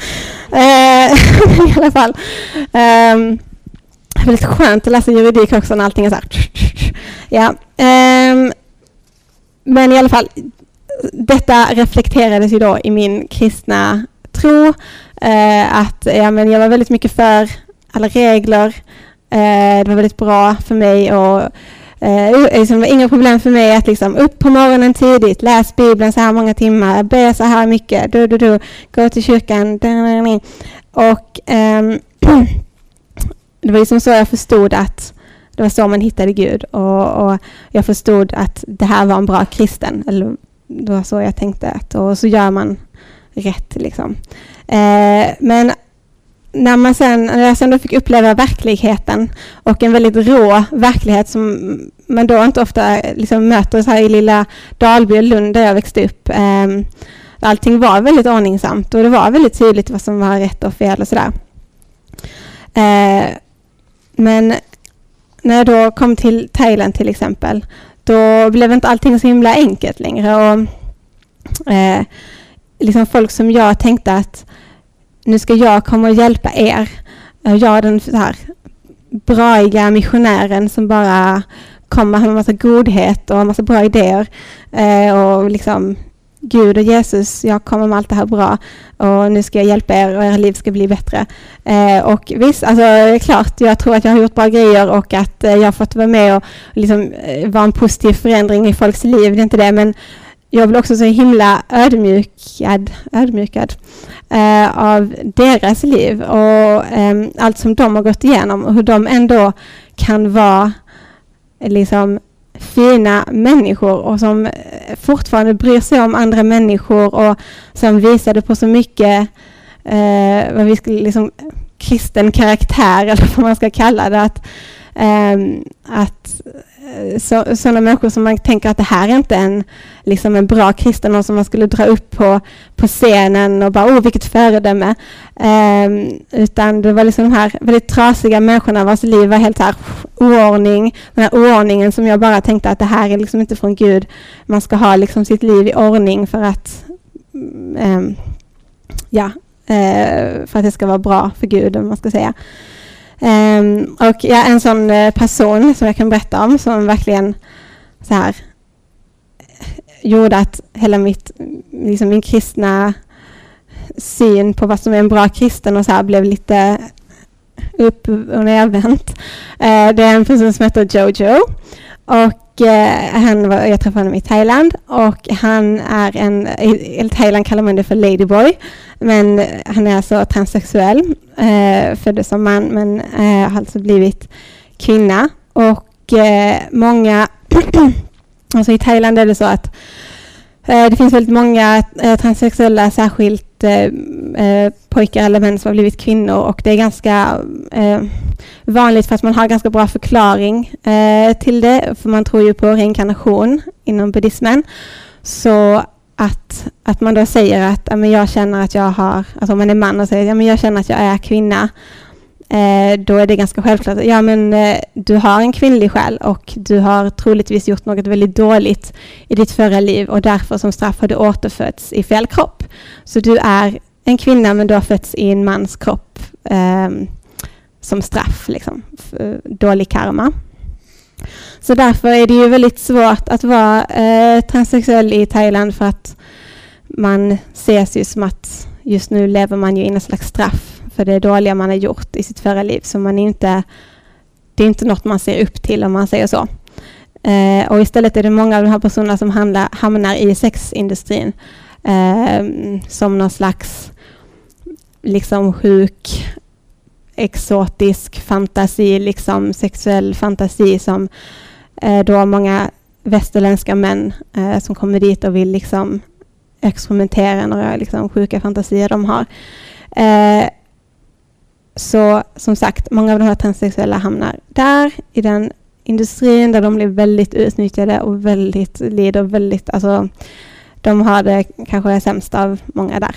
I alla fall. Väldigt skönt att läsa juridik också när allting är så här. Ja. Men i alla fall, detta reflekterades ju då i min kristna tro. Att men jag var väldigt mycket för alla regler. Det var väldigt bra för mig och det var inga problem för mig att liksom upp på morgonen tidigt, läs Bibeln så här många timmar, be så här mycket, gå till kyrkan. Och det var liksom så jag förstod att det var så man hittade Gud. Och jag förstod att det här var en bra kristen. Eller det var så jag tänkte. Och så gör man rätt liksom. Men när jag sen då fick uppleva verkligheten och en väldigt rå verklighet som man då inte ofta liksom möter så här i lilla Dalby, Lund där jag växte upp. Allting var väldigt ordningsamt och det var väldigt tydligt vad som var rätt och fel och sådär. Men när jag då kom till Thailand till exempel, då blev inte allting så himla enkelt längre. Och liksom folk som jag tänkte att nu ska jag komma och hjälpa er. Jag är den så här braiga missionären som bara kommer med en massa godhet och en massa bra idéer. Och liksom Gud och Jesus, jag kommer med allt det här bra och nu ska jag hjälpa er och era liv ska bli bättre. Och visst, alltså det är klart, jag tror att jag har gjort bra grejer och att jag har fått vara med och liksom vara en positiv förändring i folks liv, det är inte det, men jag blir också så himla ödmjukad av deras liv och allt som de har gått igenom och hur de ändå kan vara liksom fina människor och som fortfarande bryr sig om andra människor och som visade på så mycket vad vi skulle liksom kristen karaktär eller vad man ska kalla det, att sådana människor som man tänker att det här är inte liksom en bra kristen, någon som man skulle dra upp på scenen och bara vilket föredöme, utan det var liksom de här väldigt trasiga människorna vars liv var helt så här oordning, den här oordningen som jag bara tänkte att det här är liksom inte från Gud, man ska ha liksom sitt liv i ordning för att för att det ska vara bra för Gud, om man ska säga. Och en sån person som jag kan berätta om som verkligen så här gjorde att hela min kristna syn på vad som är en bra kristen och så här blev lite upp och nervänt. Det är en person som heter Jojo och jag träffade honom i Thailand och han är i Thailand kallar man det för ladyboy, men han är alltså transsexuell, föddes som man men har alltså blivit kvinna och många alltså i Thailand är det så att det finns väldigt många transsexuella, särskilt pojkar eller män som har blivit kvinnor och det är ganska vanligt för att man har ganska bra förklaring till det, för man tror ju på reinkarnation inom buddhismen, så att man då säger att jag känner att jag har, alltså om man är man och säger jag känner att jag är kvinna, då är det ganska självklart att du har en kvinnlig själ och du har troligtvis gjort något väldigt dåligt i ditt förra liv och därför som straff har du återfötts i fel kropp. Så du är en kvinna men du har fötts i en mans kropp som straff, liksom, dålig karma. Så därför är det ju väldigt svårt att vara transsexuell i Thailand, för att man ses ju som att just nu lever man ju i en slags straff för det dåliga man har gjort i sitt förra liv. Så det är det är inte något man ser upp till om man säger så. Och istället är det många av de här personerna som hamnar i sexindustrin som någon slags liksom sjuk, exotisk fantasi, liksom sexuell fantasi som då många västerländska män som kommer dit och vill liksom experimentera några liksom sjuka fantasier de har. Så som sagt, många av de här transsexuella hamnar där i den industrin där de blir väldigt utnyttjade och väldigt lider väldigt, alltså de har det kanske sämst av många där.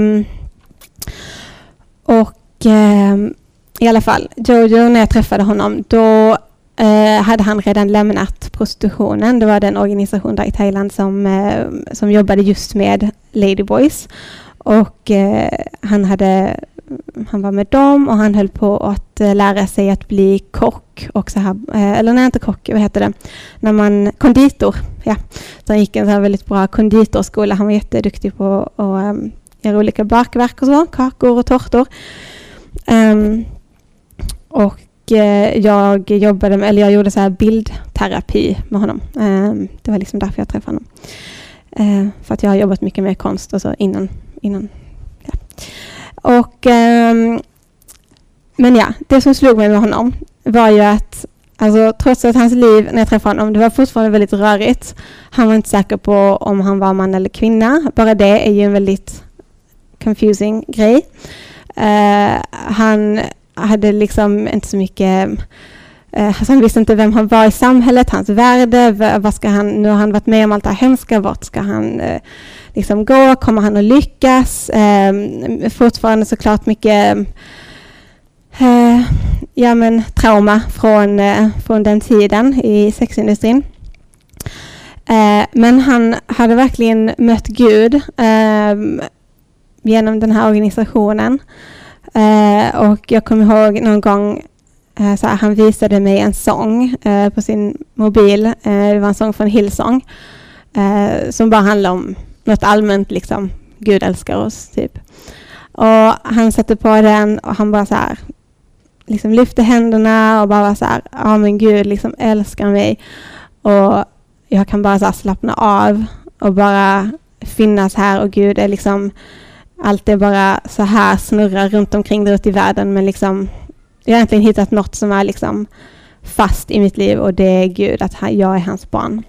I alla fall, Jojo, när jag träffade honom, då hade han redan lämnat prostitutionen. Det var den organisation där i Thailand som jobbade just med ladyboys. Och han var med dem och han höll på att lära sig att bli kock. Och så här, eller nej, inte kock, vad heter det? När man, konditor. Ja. Så han gick en så här väldigt bra konditorskola. Han var jätteduktig på att göra olika bakverk och så, kakor och tårtor. Jag gjorde så här bildterapi med honom. Det var liksom därför jag träffade honom. För att jag har jobbat mycket med konst och så innan. Ja. Men ja, det som slog mig med honom var ju att alltså, trots att hans liv när jag träffade honom, det var fortfarande väldigt rörigt. Han var inte säker på om han var man eller kvinna. Bara det är ju en väldigt confusing grej. Han hade liksom inte så mycket, han visste inte vem han var i samhället, hans värde, vad ska han, nu har han varit med om allt det här hemska, vart ska han liksom gå, kommer han att lyckas, fortfarande såklart mycket trauma från den tiden i sexindustrin. Men han hade verkligen mött Gud genom den här organisationen. Och jag kommer ihåg någon gång han visade mig en sång på sin mobil. Det var en sång från Hillsong som bara handlar om något allmänt, liksom Gud älskar oss typ. Och han satte på den och han bara så här liksom lyfte händerna och bara var så här, ja men Gud liksom älskar mig och jag kan bara så här slappna av och bara finnas här och Gud är liksom allt är bara så här snurrar runt omkring där ute i världen, men liksom jag har egentligen hittat något som är liksom fast i mitt liv och det är Gud, att jag är hans barn.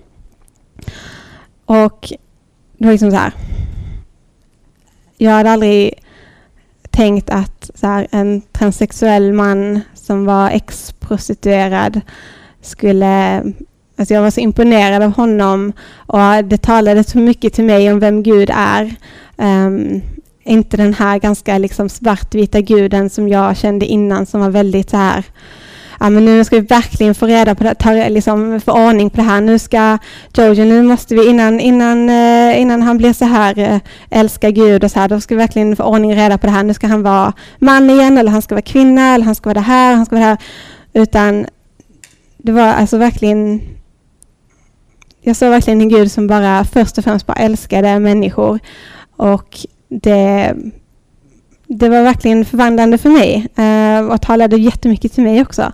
Och det var liksom så här, jag hade aldrig tänkt att så här, en transsexuell man som var ex-prostituerad skulle, alltså jag var så imponerad av honom och det talade så mycket till mig om vem Gud är. Inte den här ganska liksom svartvita guden som jag kände innan, som var väldigt så här, ja men nu ska vi verkligen få reda på det, liksom få ordning på det här. Nu ska Jojo, nu måste vi innan han blir så här älskar Gud och så här, då ska vi verkligen få ordning och reda på det här. Nu ska han vara man igen, eller han ska vara kvinna, eller han ska vara det här, han ska vara det här. Utan det var alltså verkligen, jag såg verkligen en Gud som bara först och främst bara älskade människor, och det var verkligen förvandlande för mig och talade jättemycket till mig också.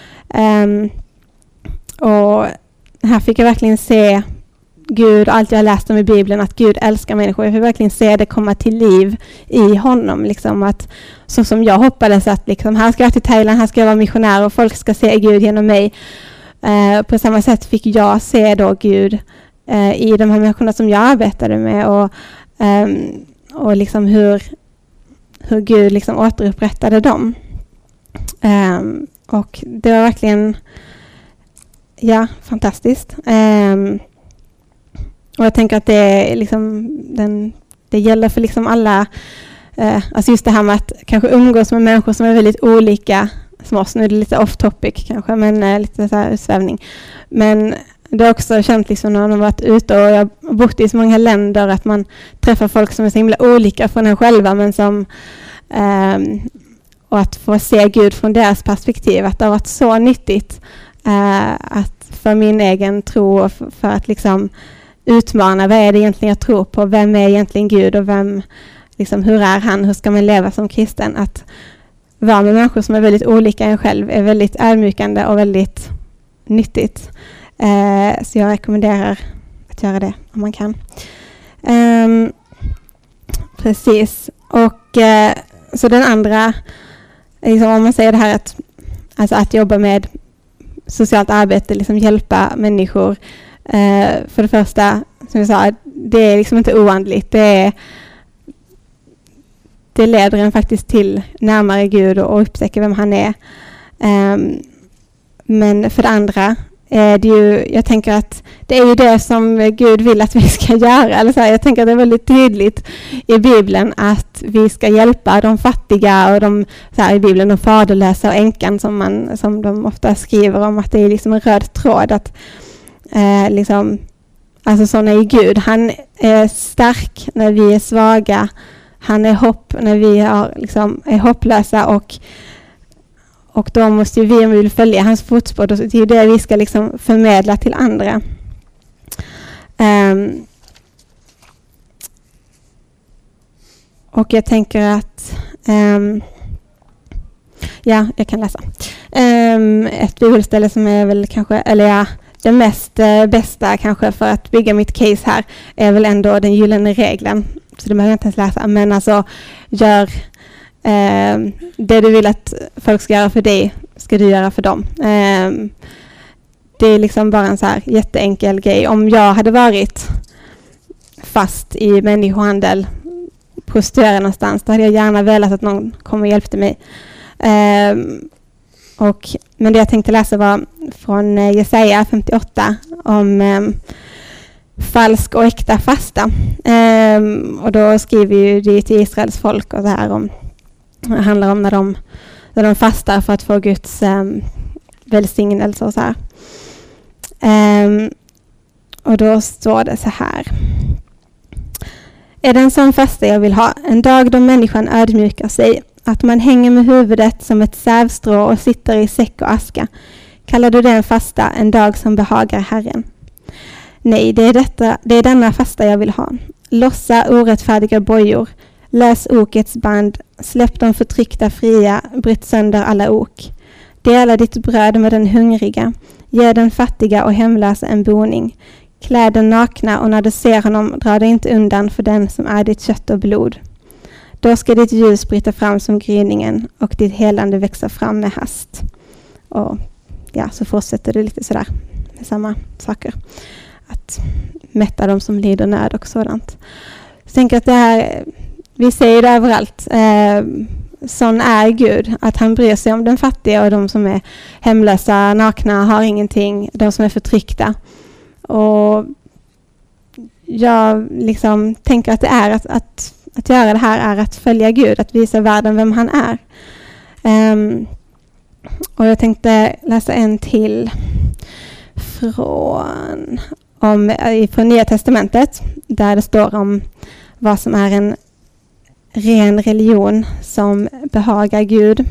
Och här fick jag verkligen se Gud och allt jag läst om i Bibeln, att Gud älskar människor. Jag fick verkligen se det komma till liv i honom. Liksom att, så som jag hoppades att liksom, här ska jag till Thailand, här ska jag vara missionär och folk ska se Gud genom mig. På samma sätt fick jag se då Gud i de här människorna som jag arbetade med, och liksom hur Gud liksom återupprättade dem. Och det var verkligen fantastiskt. Och jag tänker att det är liksom det gäller för liksom alla, alltså just det här med att kanske umgås med människor som är väldigt olika som oss. Nu är det lite off topic kanske, men lite så här svävning. Men det har också känt liksom när man har varit ute, och jag har bott i så många länder, att man träffar folk som är så himla olika från en själva, men som och att få se Gud från deras perspektiv, att det har varit så nyttigt att för min egen tro, och för att liksom utmana vad är det egentligen jag tror på, vem är egentligen Gud och vem, liksom, hur är han, hur ska man leva som kristen, att vara med människor som är väldigt olika en själv är väldigt ödmjukande och väldigt nyttigt. Så jag rekommenderar att göra det om man kan. Precis. Och så den andra, liksom om man säger det här att jobba med socialt arbete, liksom hjälpa människor. För det första, som jag sa, det är liksom inte oandligt. Det leder en faktiskt till närmare Gud och upptäcker vem han är. Men för det andra är det ju, jag tänker att det är ju det som Gud vill att vi ska göra. Eller så här, jag tänker att det är väldigt tydligt i Bibeln att vi ska hjälpa de fattiga och de, så här, i Bibeln, de faderlösa och änkan som de ofta skriver om, att det är liksom en röd tråd att liksom, alltså sån är Gud. Han är stark när vi är svaga. Han är hopp när vi är hopplösa, och då måste vi, om vi vill följa hans fotspår, det är det vi ska liksom förmedla till andra. Och jag tänker att jag kan läsa ett bibelställe som är väl kanske, eller ja, det mest bästa kanske för att bygga mitt case här är väl ändå den gyllene regeln. Så det behöver jag inte ens läsa. Men alltså, gör det du vill att folk ska göra för dig, ska du göra för dem. Det är liksom bara en så här jätteenkel grej. Om jag hade varit fast i människohandel, prostituerad någonstans, då hade jag gärna velat att någon kom och hjälpte mig. Men det jag tänkte läsa var från Jesaja 58 om falsk och äkta fasta. Och då skriver ju det till Israels folk, och det här det handlar om när de fastar för att få Guds välsignelse och så här. Och då står det så här: är det en sån fasta jag vill ha, en dag då människan ödmjukar sig, att man hänger med huvudet som ett sävstrå och sitter i säck och aska. Kallar du det en fasta, en dag som behagar Herren? Nej, det är denna fasta jag vill ha. Lossa orättfärdiga bojor, lös okets band, släpp de förtryckta fria, bryt sönder alla ok. Dela ditt bröd med den hungriga, ge den fattiga och hemlösa en boning. Klä den nakna, och när du ser honom, dra dig inte undan för den som är ditt kött och blod. Då ska ditt ljus bryta fram som gryningen och ditt helande växa fram med hast. Och ja, så fortsätter det lite sådär med samma saker. Att mätta de som lider nöd och sådant. Jag tänker att det här, vi ser det överallt. Sån är Gud, att han bryr sig om den fattiga och de som är hemlösa, nakna, har ingenting, de som är förtryckta. Och jag liksom tänker att det är att göra det här är att följa Gud, att visa världen vem han är. Och jag tänkte läsa en till från Nya testamentet, där det står om vad som är en ren religion som behagar Gud.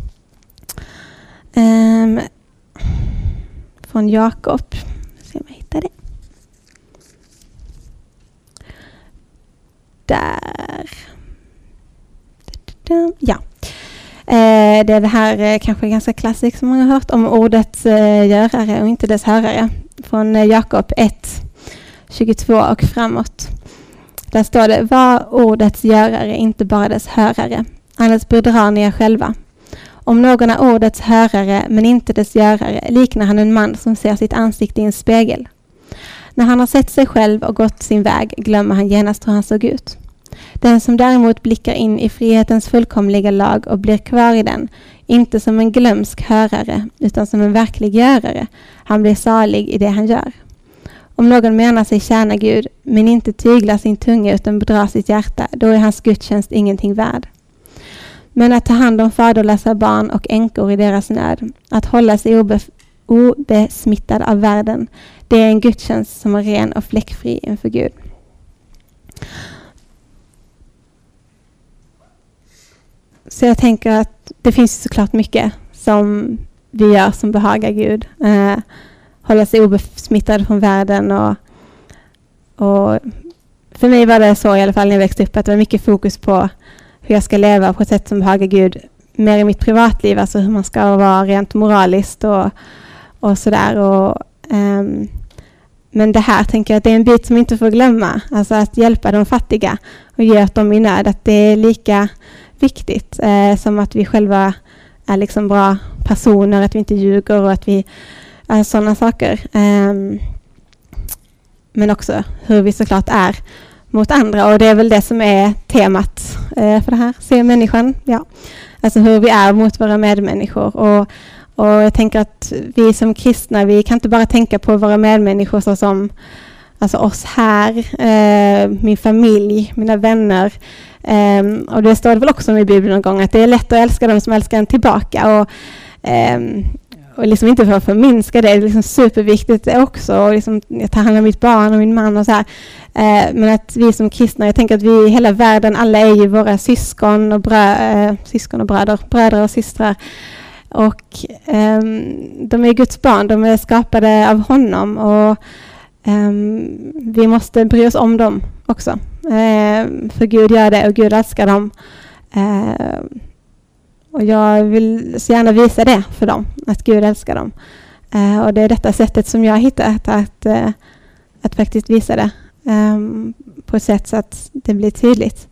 Från Jakob. Se om jag hittar det. Där. Ja. Det är det här kanske ganska klassiskt som man har hört om ordets görare och inte dess hörare. Från Jakob 1, 22 och framåt. Där står det: var ordets görare, inte bara dess hörare. Annars bedrar ni er själva. Om någon är ordets hörare men inte dess görare, liknar han en man som ser sitt ansikte i en spegel. När han har sett sig själv och gått sin väg glömmer han genast hur han såg ut. Den som däremot blickar in i frihetens fullkomliga lag och blir kvar i den, inte som en glömsk hörare utan som en verklig görare, han blir salig i det han gör. Om någon menar sig tjäna Gud men inte tyglar sin tunga utan bedrar sitt hjärta, då är hans gudstjänst ingenting värd. Men att ta hand om faderlösa barn och änkor i deras nöd, att hålla sig obesmittad av världen, det är en gudstjänst som är ren och fläckfri inför Gud. Så jag tänker att det finns såklart mycket som vi gör som behagar Gud. Hålla sig obesmittad från världen. Och för mig var det så i alla fall när jag växte upp, att det var mycket fokus på hur jag ska leva på ett sätt som behagar Gud. mer i mitt privatliv, alltså hur man ska vara rent moraliskt och sådär. Men det här tänker jag att det är en bit som inte får glömma. Alltså att hjälpa de fattiga och ge åt dem i nöd. Att det är lika viktigt som att vi själva är liksom bra personer, att vi inte ljuger och att vi är sådana saker. Men också hur vi såklart är mot andra. Och det är väl det som är temat för det här. Se människan. Ja. Alltså hur vi är mot våra medmänniskor. Och jag tänker att vi som kristna, vi kan inte bara tänka på våra medmänniskor så som alltså oss här, min familj, mina vänner. Och det står väl också i Bibeln någon gång att det är lätt att älska dem som älskar en tillbaka. Och liksom inte för att förminska det är liksom superviktigt också. Och liksom, jag tar hand om mitt barn och min man och så här. Men att vi som kristna, jag tänker att vi i hela världen, alla är ju våra syskon och bröder och systrar. Och de är Guds barn, de är skapade av honom och vi måste bry oss om dem också. För Gud gör det och Gud älskar dem. Och jag vill så gärna visa det för dem, att Gud älskar dem. Och det är detta sättet som jag har hittat att faktiskt visa det på ett sätt så att det blir tydligt.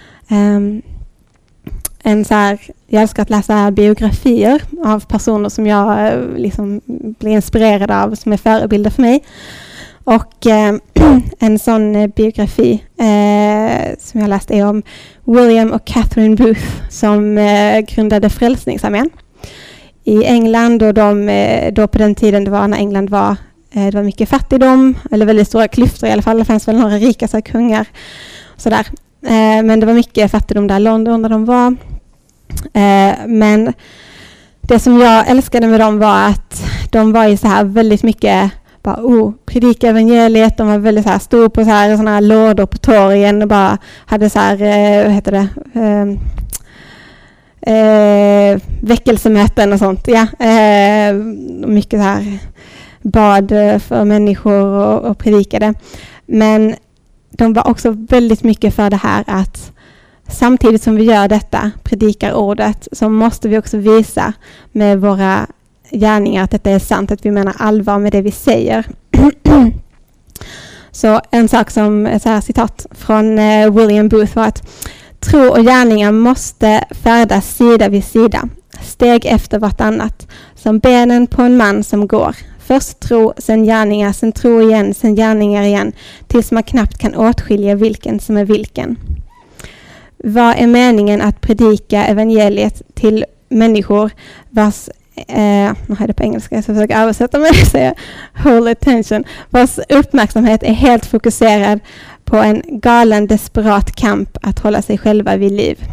Jag älskar att läsa biografier av personer som jag liksom blir inspirerad av, som är förebilder för mig. Och en sån biografi som jag läste är om William och Catherine Booth som grundade Frälsningsarmén i England. Och då på den tiden det var när England var det var mycket fattigdom, eller väldigt stora klyftor i alla fall. Det fanns väl några rika så kungar och sådär. Men det var mycket fattigdom där i London där de var. Men det som jag älskade med dem var att de var ju så här väldigt mycket bara predika evangeliet. De var väldigt så här, stod på såna här lådor på torgen och bara hade så här väckelsemöten och sånt. Ja, mycket så här bad för människor och predikade. Men de var också väldigt mycket för det här att samtidigt som vi gör detta, predikar ordet, så måste vi också visa med våra gärningar att detta är sant, att vi menar allvar med det vi säger. Så en sak som ett så här citat från William Booth var att tro och gärningar måste färdas sida vid sida, steg efter vartannat, som benen på en man som går. Först tro, sen gärningar, sen tro igen, sen gärningar igen, tills man knappt kan åtskilja vilken som är vilken. Vad är meningen att predika evangeliet till människor vars nu har det på engelska, jag ska försöka översätta med det, säger whole attention, vars uppmärksamhet är helt fokuserad på en galen desperat kamp att hålla sig själva vid liv.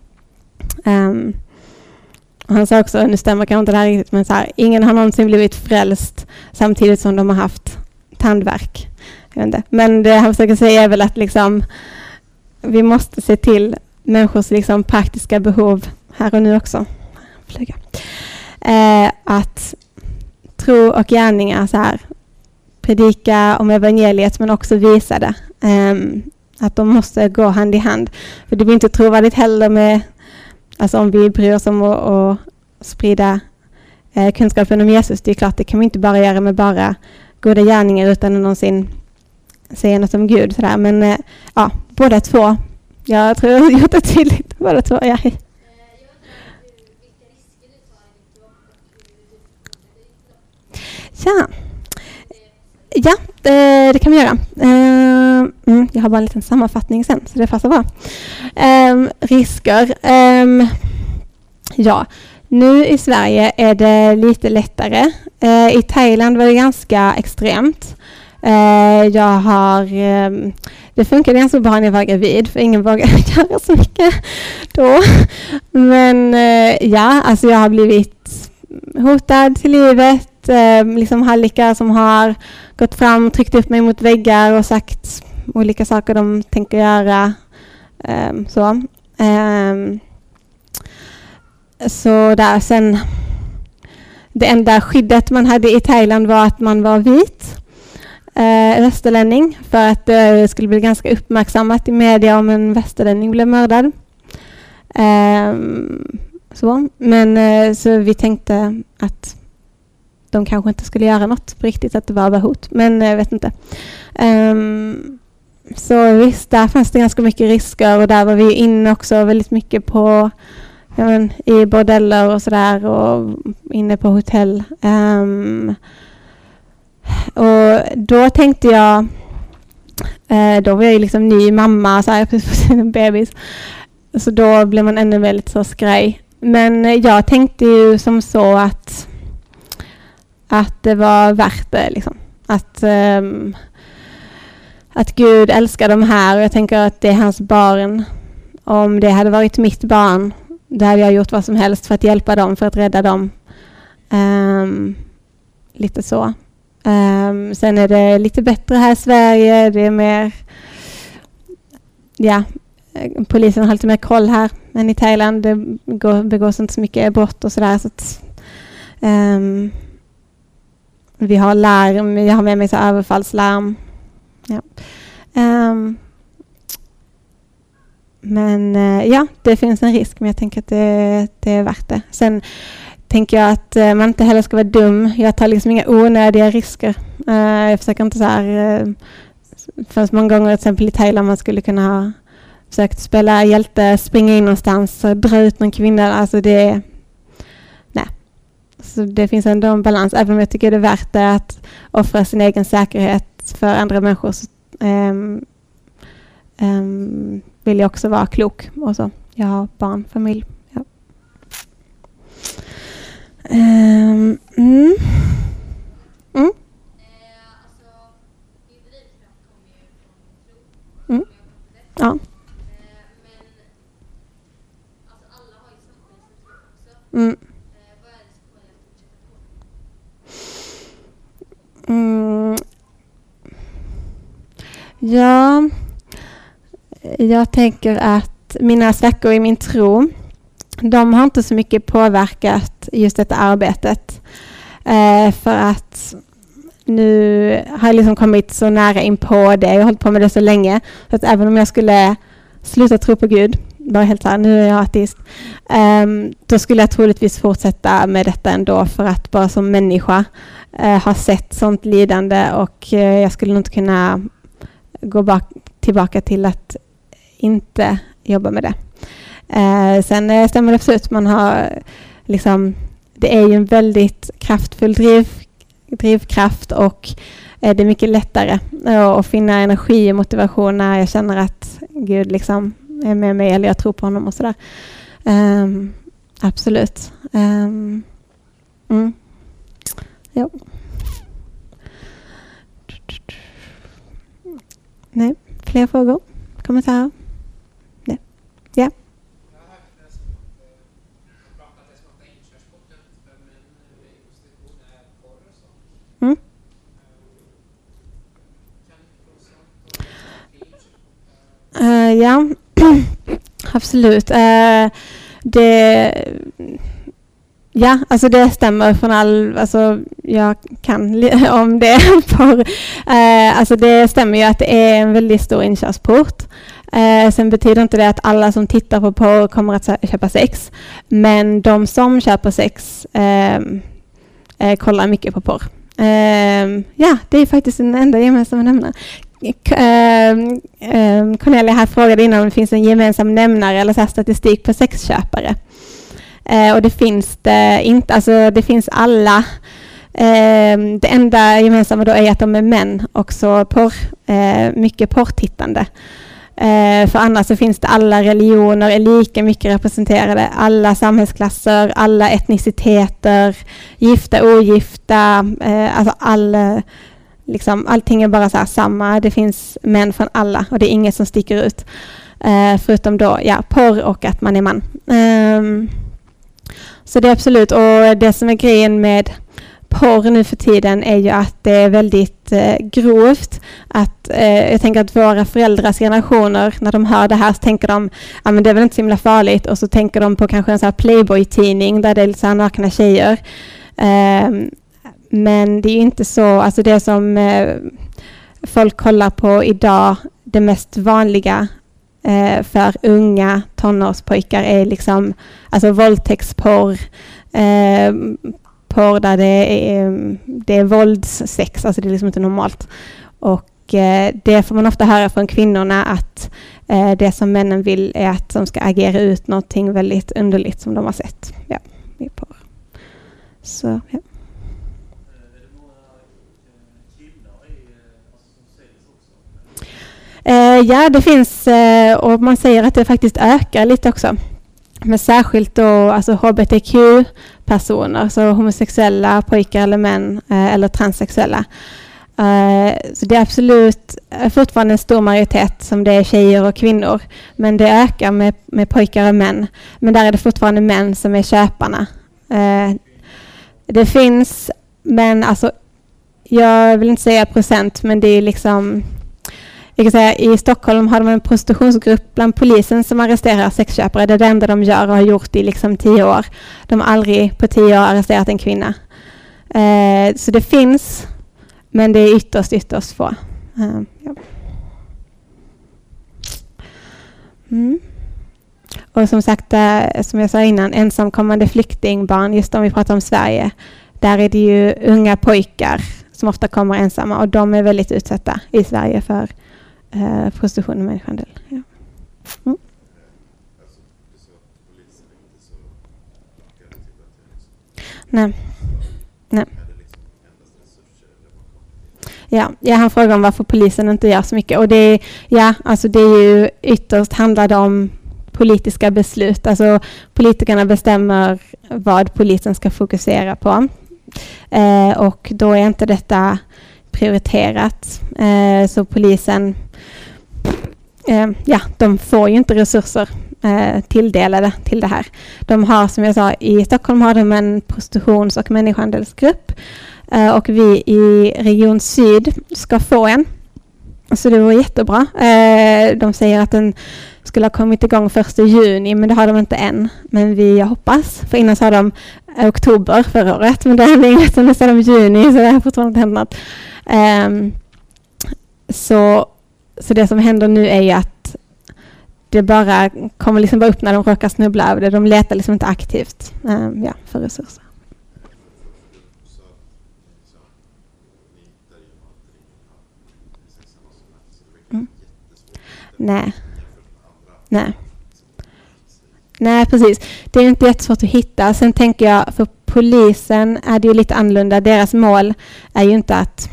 Och han sa också, nu stämmer kanske inte det här riktigt, men så här, ingen har någonsin blivit frälst samtidigt som de har haft tandvärk. Jag vet inte. Men det han försöker säga är väl att liksom, vi måste se till människors liksom praktiska behov här och nu också. Flyga. Att tro och gärningar så här, predika om evangeliet men också visa det. Att de måste gå hand i hand. För det blir inte trovärdigt heller med, alltså om vi bryr oss om att sprida kunskapen om Jesus. Det är klart, det kan vi inte bara göra med bara goda gärningar utan att någonsin säga något om Gud. Sådär. Men ja, båda två. Jag tror jag har gjort det tydligt. Båda två, ja. Ja, det kan vi göra. Jag har bara en liten sammanfattning sen, så det passar bra. Risker. Ja, nu i Sverige är det lite lättare. I Thailand var det ganska extremt. Det funkade ganska bra när jag var gravid, för ingen vågar göra så mycket då. Men ja, alltså jag har blivit hotad till livet. Liksom hallickar som har gått fram, tryckt upp mig mot väggar och sagt olika saker de tänker göra. Så där sen, det enda skyddet man hade i Thailand var att man var vit västerlänning, för att det skulle bli ganska uppmärksammat i media om en västerlänning blev mördad. Så. Men så vi tänkte att de kanske inte skulle göra något på riktigt, att det var hot. Men jag vet inte. Så visst, där fanns det ganska mycket risker och där var vi inne också väldigt mycket på i bordeller och sådär och inne på hotell. Och då tänkte jag, då var jag liksom ny mamma så här, precis på sin bebis. Så då blev man ännu väldigt så skraj. Men jag tänkte ju som så att det var värt det liksom. Att Gud älskar dem här och jag tänker att det är hans barn. Om det hade varit mitt barn, då hade jag gjort vad som helst för att hjälpa dem, för att rädda dem. Lite så. Sen är det lite bättre här i Sverige. Det är mer... Ja, polisen har lite mer koll här än i Thailand. Det begås inte så mycket brott och sådär. Så att, vi har larm. Jag har med mig så överfallslarm. Ja. Men ja, det finns en risk, men jag tänker att det är värt det. Sen tänker jag att man inte heller ska vara dum. Jag tar liksom inga onödiga risker. Jag försöker inte så här... Det fanns många gånger till exempel i Thailand man skulle kunna ha försökt spela hjälte, springa in någonstans och dra ut någon kvinna. Alltså det... Nej. Så det finns ändå en balans. Även om jag tycker det är värt det att offra sin egen säkerhet för andra människor, så vill jag också vara klok. Och så. Jag har barn, familj. Ja. Ja. Ja, jag tänker att mina svackor i min tro, de har inte så mycket påverkat just detta arbetet. För att nu har jag liksom kommit så nära in på det. Jag har hållit på med det så länge. Så att även om jag skulle sluta tro på Gud, bara helt så här, nu är jag ateist, då skulle jag troligtvis fortsätta med detta ändå, för att bara som människa ha sett sånt lidande, och jag skulle nog inte kunna gå tillbaka till att inte jobba med det. Sen stämmer det absolut. Man har liksom, det är ju en väldigt kraftfull drivkraft, och det är mycket lättare att finna energi och motivation när jag känner att Gud liksom är med mig, eller jag tror på honom och sådär. Absolut. Ja. Nej, fler frågor? Kommentarer? Nej. Ja. Ja, absolut. Ja, alltså det stämmer från alltså jag kan om det alltså det stämmer ju att det är en väldigt stor inkörsport. Sen betyder inte det att alla som tittar på porr kommer att köpa sex, men de som köper sex kollar mycket på porr. Ja, det är faktiskt den enda gemensamma nämnaren. Cornelia här frågade innan om det finns en gemensam nämnare eller så här statistik på sexköpare. Och det finns det inte. Alltså det finns alla. Det enda gemensamma då är att de är män, också mycket porrtittande. För annars så finns det alla religioner är lika mycket representerade. Alla samhällsklasser, alla etniciteter, gifta, ogifta, alltså liksom, allting är bara så här samma. Det finns män från alla, och det är inget som sticker ut. Förutom då, ja, porr och att man är man. Så det är absolut, och det som är grejen med porr nu för tiden är ju att det är väldigt grovt. Att, jag tänker att våra föräldrars generationer, när de hör det här så tänker de, ja men det är väl inte så himla farligt, och så tänker de på kanske en sån här Playboy-tidning där det är lite så här nakna tjejer. Men det är ju inte så, alltså det som folk kollar på idag, det mest vanliga för unga tonårspojkar är liksom alltså våldtäktsporr, porr där det är våldssex, alltså det är liksom inte normalt. Och det får man ofta höra från kvinnorna att det som männen vill är att de ska agera ut någonting väldigt underligt som de har sett. Ja, i porr. Så, ja. Ja, det finns och man säger att det faktiskt ökar lite också. Men särskilt då alltså hbtq-personer, så homosexuella pojkar eller män eller transsexuella. Så det är absolut fortfarande en stor majoritet som det är tjejer och kvinnor. Men det ökar med pojkar och män. Men där är det fortfarande män som är köparna. Det finns, men alltså jag vill inte säga procent, men det är liksom... Jag kan säga, i Stockholm har de en prostitutionsgrupp bland polisen som arresterar sexköpare. Det är det enda de gör och har gjort i liksom 10 år. De har aldrig på 10 år arresterat en kvinna. Så det finns, men det är ytterst få. Ja. Och som sagt, som jag sa innan, ensamkommande flyktingbarn, just om vi pratar om Sverige, där är det ju unga pojkar som ofta kommer ensamma, och de är väldigt utsatta i Sverige för prostitution och människohandel. Ja. Nej. Ja, han frågar om varför polisen inte gör så mycket. Och det är ju ytterst handlar det om politiska beslut. Alltså politikerna bestämmer vad polisen ska fokusera på. Och då är inte detta prioriterat. Så polisen, de får ju inte resurser tilldelade till det här. De har, som jag sa, i Stockholm har de en prostitutions- och människohandelsgrupp. Och vi i Region Syd ska få en. Så det var jättebra. De säger att den skulle ha kommit igång 1 juni, men det har de inte än. Men vi hoppas. För innan sa de oktober förra året, men det är inget som sa de juni, så det har fortfarande inte hänt något. Så det som händer nu är ju att det bara kommer liksom bara upp när de råkar snubbla över det. De letar liksom inte aktivt för resurser. Nej, precis. Det är inte jättesvårt att hitta. Sen tänker jag, för polisen är det ju lite annorlunda. Deras mål är ju inte att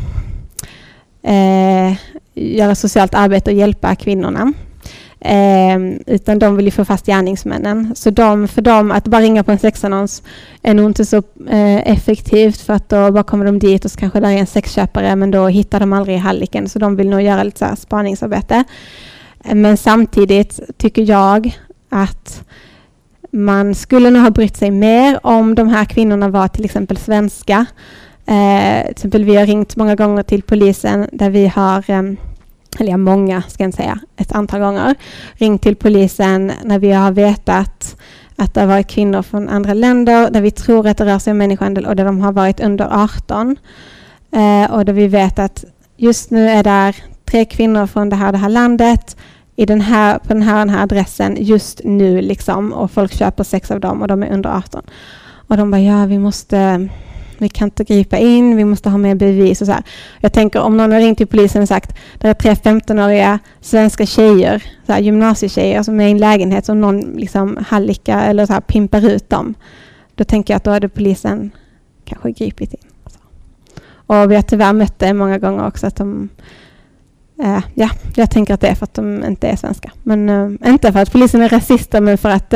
göra socialt arbete och hjälpa kvinnorna. Utan de vill ju få fast gärningsmännen. Så för dem att bara ringa på en sexannons är nog inte så effektivt, för att då bara kommer de dit och så kanske där är en sexköpare, men då hittar de aldrig halliken. Så de vill nog göra lite så här spaningsarbete. Men samtidigt tycker jag att man skulle nog ha brytt sig mer om de här kvinnorna var till exempel svenska. Till exempel vi har ringt många gånger till polisen där vi har, många ska jag säga, ett antal gånger ringt till polisen när vi har vetat att det har varit kvinnor från andra länder där vi tror att det rör sig om människohandel och där de har varit under 18. Och där vi vet att just nu är där 3 kvinnor från det här landet på den här adressen just nu liksom, och folk köper 6 av dem och de är under 18. Och de bara, vi kan inte gripa in, vi måste ha mer bevis och så här. Jag tänker om någon har ringt till polisen och sagt det är 3 15-åriga svenska tjejer, så här, gymnasietjejer som är i en lägenhet som någon liksom hallickar eller så här pimpar ut dem. Då tänker jag att då hade polisen kanske gripit in. Så. Och vi har tyvärr mött det många gånger också att de jag tänker att det är för att de inte är svenska. Men inte för att polisen är rasister, men för att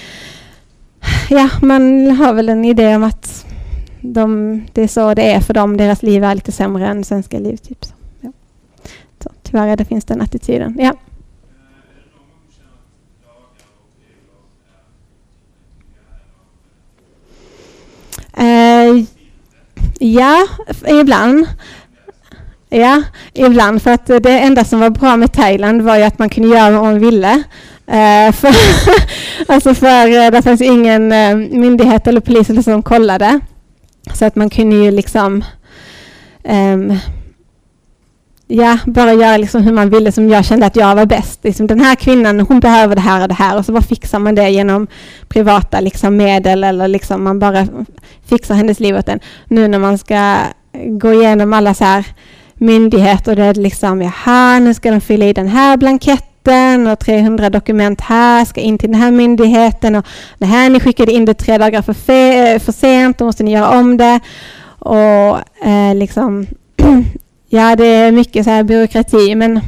man har väl en idé om att det är så det är för dem. Deras liv är lite sämre än svenska liv. Typ. Så, ja. Så, tyvärr finns den attityden. Ja. Ibland. Ja, ibland. För att det enda som var bra med Thailand var ju att man kunde göra vad man ville. För det fanns ingen myndighet eller polis eller som kollade. Så att man kunde ju liksom bara göra liksom hur man ville, som jag kände att jag var bäst. Liksom, den här kvinnan, hon behöver det här och det här. Och så bara fixar man det genom privata liksom, medel, eller liksom man bara fixar hennes liv åt den. Nu när man ska gå igenom alla så här myndigheter, och det är liksom, jaha, nu ska de fylla i den här blanketten och 300 dokument här ska in till den här myndigheten, och det här ni skickade in det 3 dagar för sent, då måste ni göra om det. Och liksom ja, det är mycket så här byråkrati, men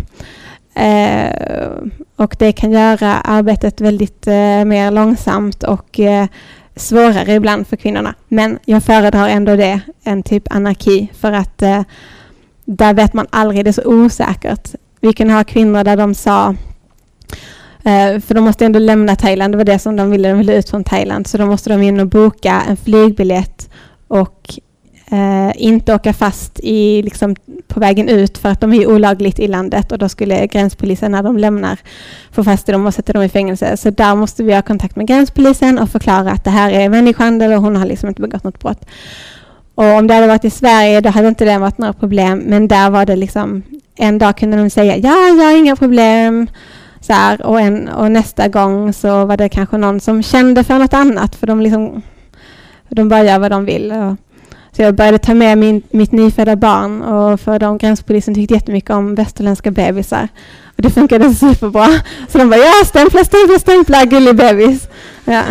och det kan göra arbetet väldigt mer långsamt och svårare ibland för kvinnorna. Men jag föredrar ändå det än typ anarki, för att där vet man aldrig, det är så osäkert. Vi kan ha kvinnor där de sa, för de måste ändå lämna Thailand, det var det som de ville ut från Thailand, så då måste de in och boka en flygbiljett och inte åka fast i, liksom, på vägen ut, för att de är olagligt i landet, och då skulle gränspolisen när de lämnar få fast dem och sätta dem i fängelse. Så där måste vi ha kontakt med gränspolisen och förklara att det här är människohandel och hon har liksom inte begått något brott. Och om det hade varit i Sverige, då hade inte det varit några problem, men där var det liksom, en dag kunde de säga ja, inga problem så här, och nästa gång så var det kanske någon som kände för något annat, för de bara gör vad de vill. Så jag började ta med mitt nyfödda barn, och för de gränspolisen tyckte jättemycket om västerländska bebisar. Och det funkade superbra. Så de bara, ja, stämpla, gullig bebis. Ja.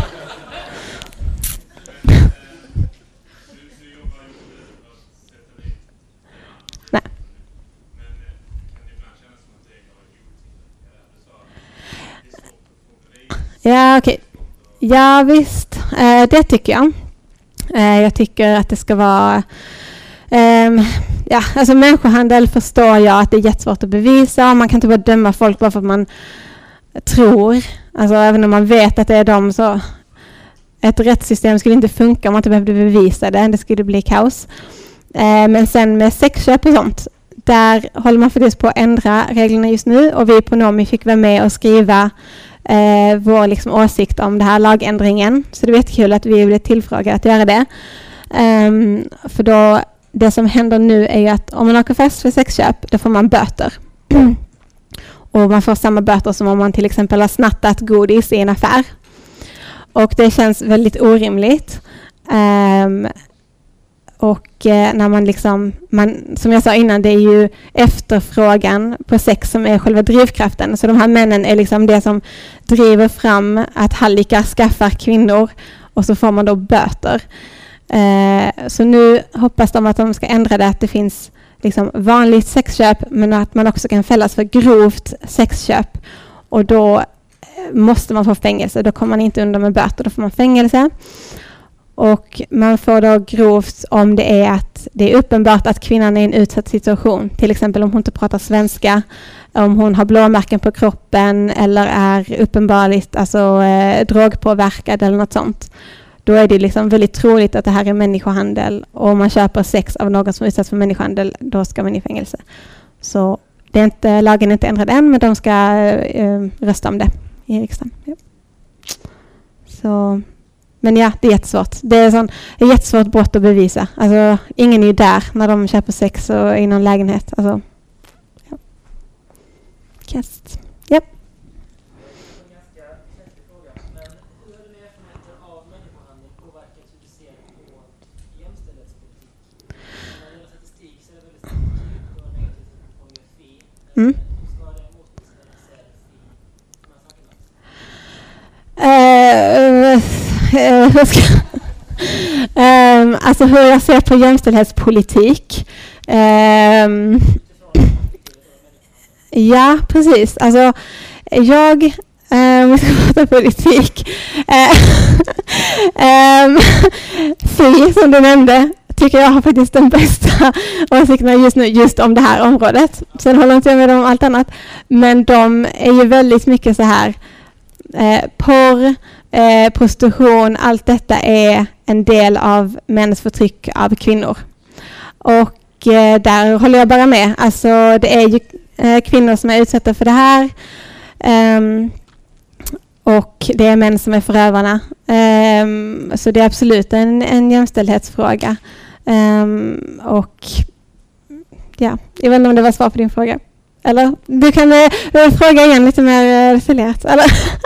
Nej. Ja, okej. Ja, visst. Det tycker jag. Jag tycker att det ska vara alltså människohandel förstår jag att det är jättesvårt att bevisa. Man kan inte bara döma folk bara för att man tror. Alltså även om man vet att det är dem, så ett rättssystem skulle inte funka om man inte behövde bevisa det. Det skulle bli kaos. Men sen med sexköp och sånt, där håller man faktiskt på att ändra reglerna just nu, och vi på NOMI fick vara med och skriva vår liksom åsikt om det här lagändringen. Så det är jättekul att vi blev tillfrågade att göra det. För då, det som händer nu är ju att om man åker fast för sexköp, då får man böter. Och man får samma böter som om man till exempel har snattat godis i en affär. Och det känns väldigt orimligt. Och när man liksom, som jag sa innan, det är ju efterfrågan på sex som är själva drivkraften. Så de här männen är liksom det som driver fram att hallickar skaffar kvinnor, och så får man då böter. Så nu hoppas de att de ska ändra det, att det finns liksom vanligt sexköp, men att man också kan fällas för grovt sexköp. Och då måste man få fängelse. Då kommer man inte undan med böter, då får man fängelse. Och man får då grovt om det är att det är uppenbart att kvinnan är i en utsatt situation. Till exempel om hon inte pratar svenska, om hon har blåmärken på kroppen eller är uppenbarligt drogpåverkad eller något sånt. Då är det liksom väldigt troligt att det här är människohandel. Och om man köper sex av någon som utsatts för människohandel, då ska man i fängelse. Så det är inte, lagen är inte ändrad än, men de ska rösta om det i riksdagen. Ja. Så... Men ja, det är jättesvårt. Det är ett jättesvårt brott att bevisa. Alltså, ingen är ju där när de köper sex och i någon lägenhet. Alltså, ja. Kast. Japp. Mm. Alltså hur jag ser på jämställdhetspolitik. Ja, precis. Alltså jag ska prata politik. Fi, som du nämnde, tycker jag har faktiskt den bästa åsikterna just nu just om det här området. Sen håller inte jag med dem om allt annat. Men de är ju väldigt mycket så här porr, prostitution, allt detta är en del av mäns förtryck av kvinnor. Och där håller jag bara med. Alltså det är ju kvinnor som är utsatta för det här. Och det är män som är förövarna. Så det är absolut en jämställdhetsfråga. Och Ja, jag vet inte om det var svar på din fråga. Eller du kan fråga igen lite mer detaljerat. Eller?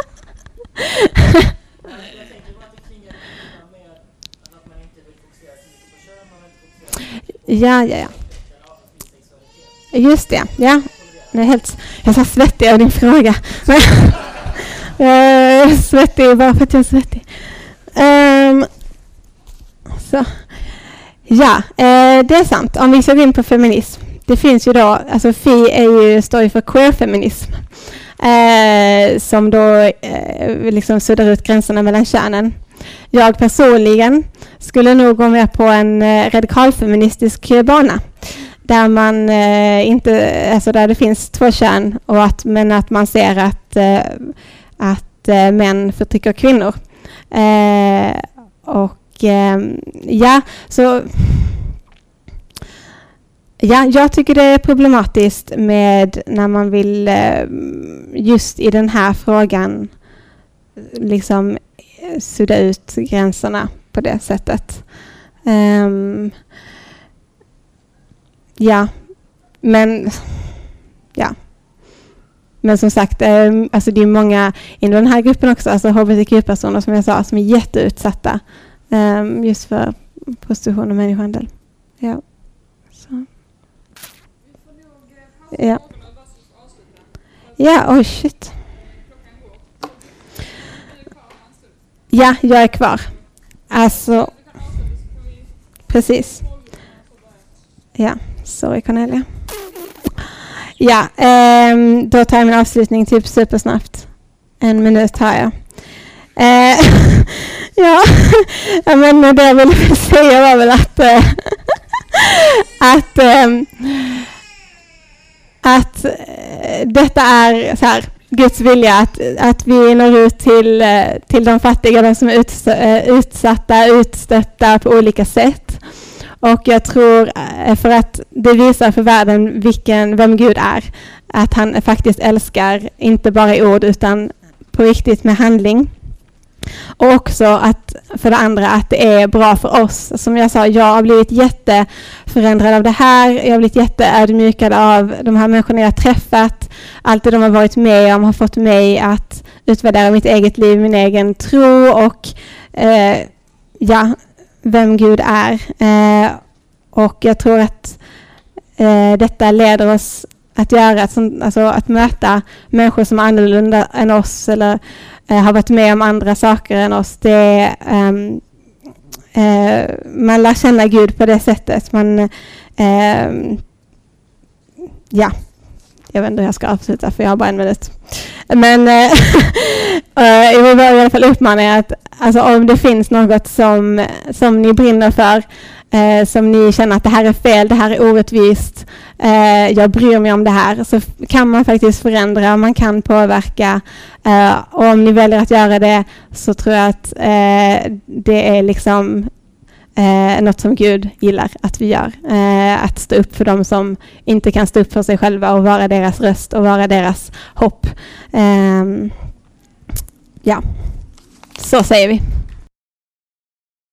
Ja. Just det, ja. Jag är så svettig av din fråga. Jag är svettig bara för att jag är svettig. Så. Ja, det är sant. Om vi ska gå in på feminism. Det finns ju då, alltså FI står ju för queer-feminism. Som då liksom suddar ut gränserna mellan könen. Jag personligen skulle nog gå med på en radikalfeministisk bana. Där man där det finns två kön men att man ser att män förtrycker kvinnor. Jag tycker det är problematiskt med när man vill just i den här frågan liksom sudda ut gränserna på det sättet. Men som sagt, alltså det är många inom den här gruppen också, alltså hbtq-personer som jag sa, som är jätteutsatta just för prostitution och människohandel. Ja. Så. Ja. Ja, shit. Ja, jag är kvar. Alltså, precis. Ja, sorry Cornelia. Ja, då tar jag min avslutning typ supersnabbt. 1 minut har jag. Men det jag ville säga var väl att detta är så här, Guds vilja att vi når ut till de fattiga, de som är utsatta, utstötta på olika sätt. Och jag tror för att det visar för världen vem Gud är. Att han faktiskt älskar, inte bara i ord utan på riktigt med handling. Och också att för det andra att det är bra för oss. Som jag sa, jag har blivit jätteförändrad av det här. Jag har blivit jätteödmjukad av de här människorna jag har träffat. Allt det de har varit med om har fått mig att utvärdera mitt eget liv, min egen tro och vem Gud är. Och jag tror att detta leder oss att göra, att möta människor som är annorlunda än oss eller har varit med om andra saker än oss. Man lär känna Gud på det sättet. Jag vet inte hur jag ska avsluta för jag har bara 1 minut. Men jag vill bara i alla fall uppmana er att alltså, om det finns något som ni brinner för, som ni känner att det här är fel, det här är orättvist, jag bryr mig om det här, så kan man faktiskt förändra, man kan påverka. Och om ni väljer att göra det så tror jag att det är liksom något som Gud gillar att vi gör. Att stå upp för dem som inte kan stå upp för sig själva och vara deras röst och vara deras hopp. Så säger vi.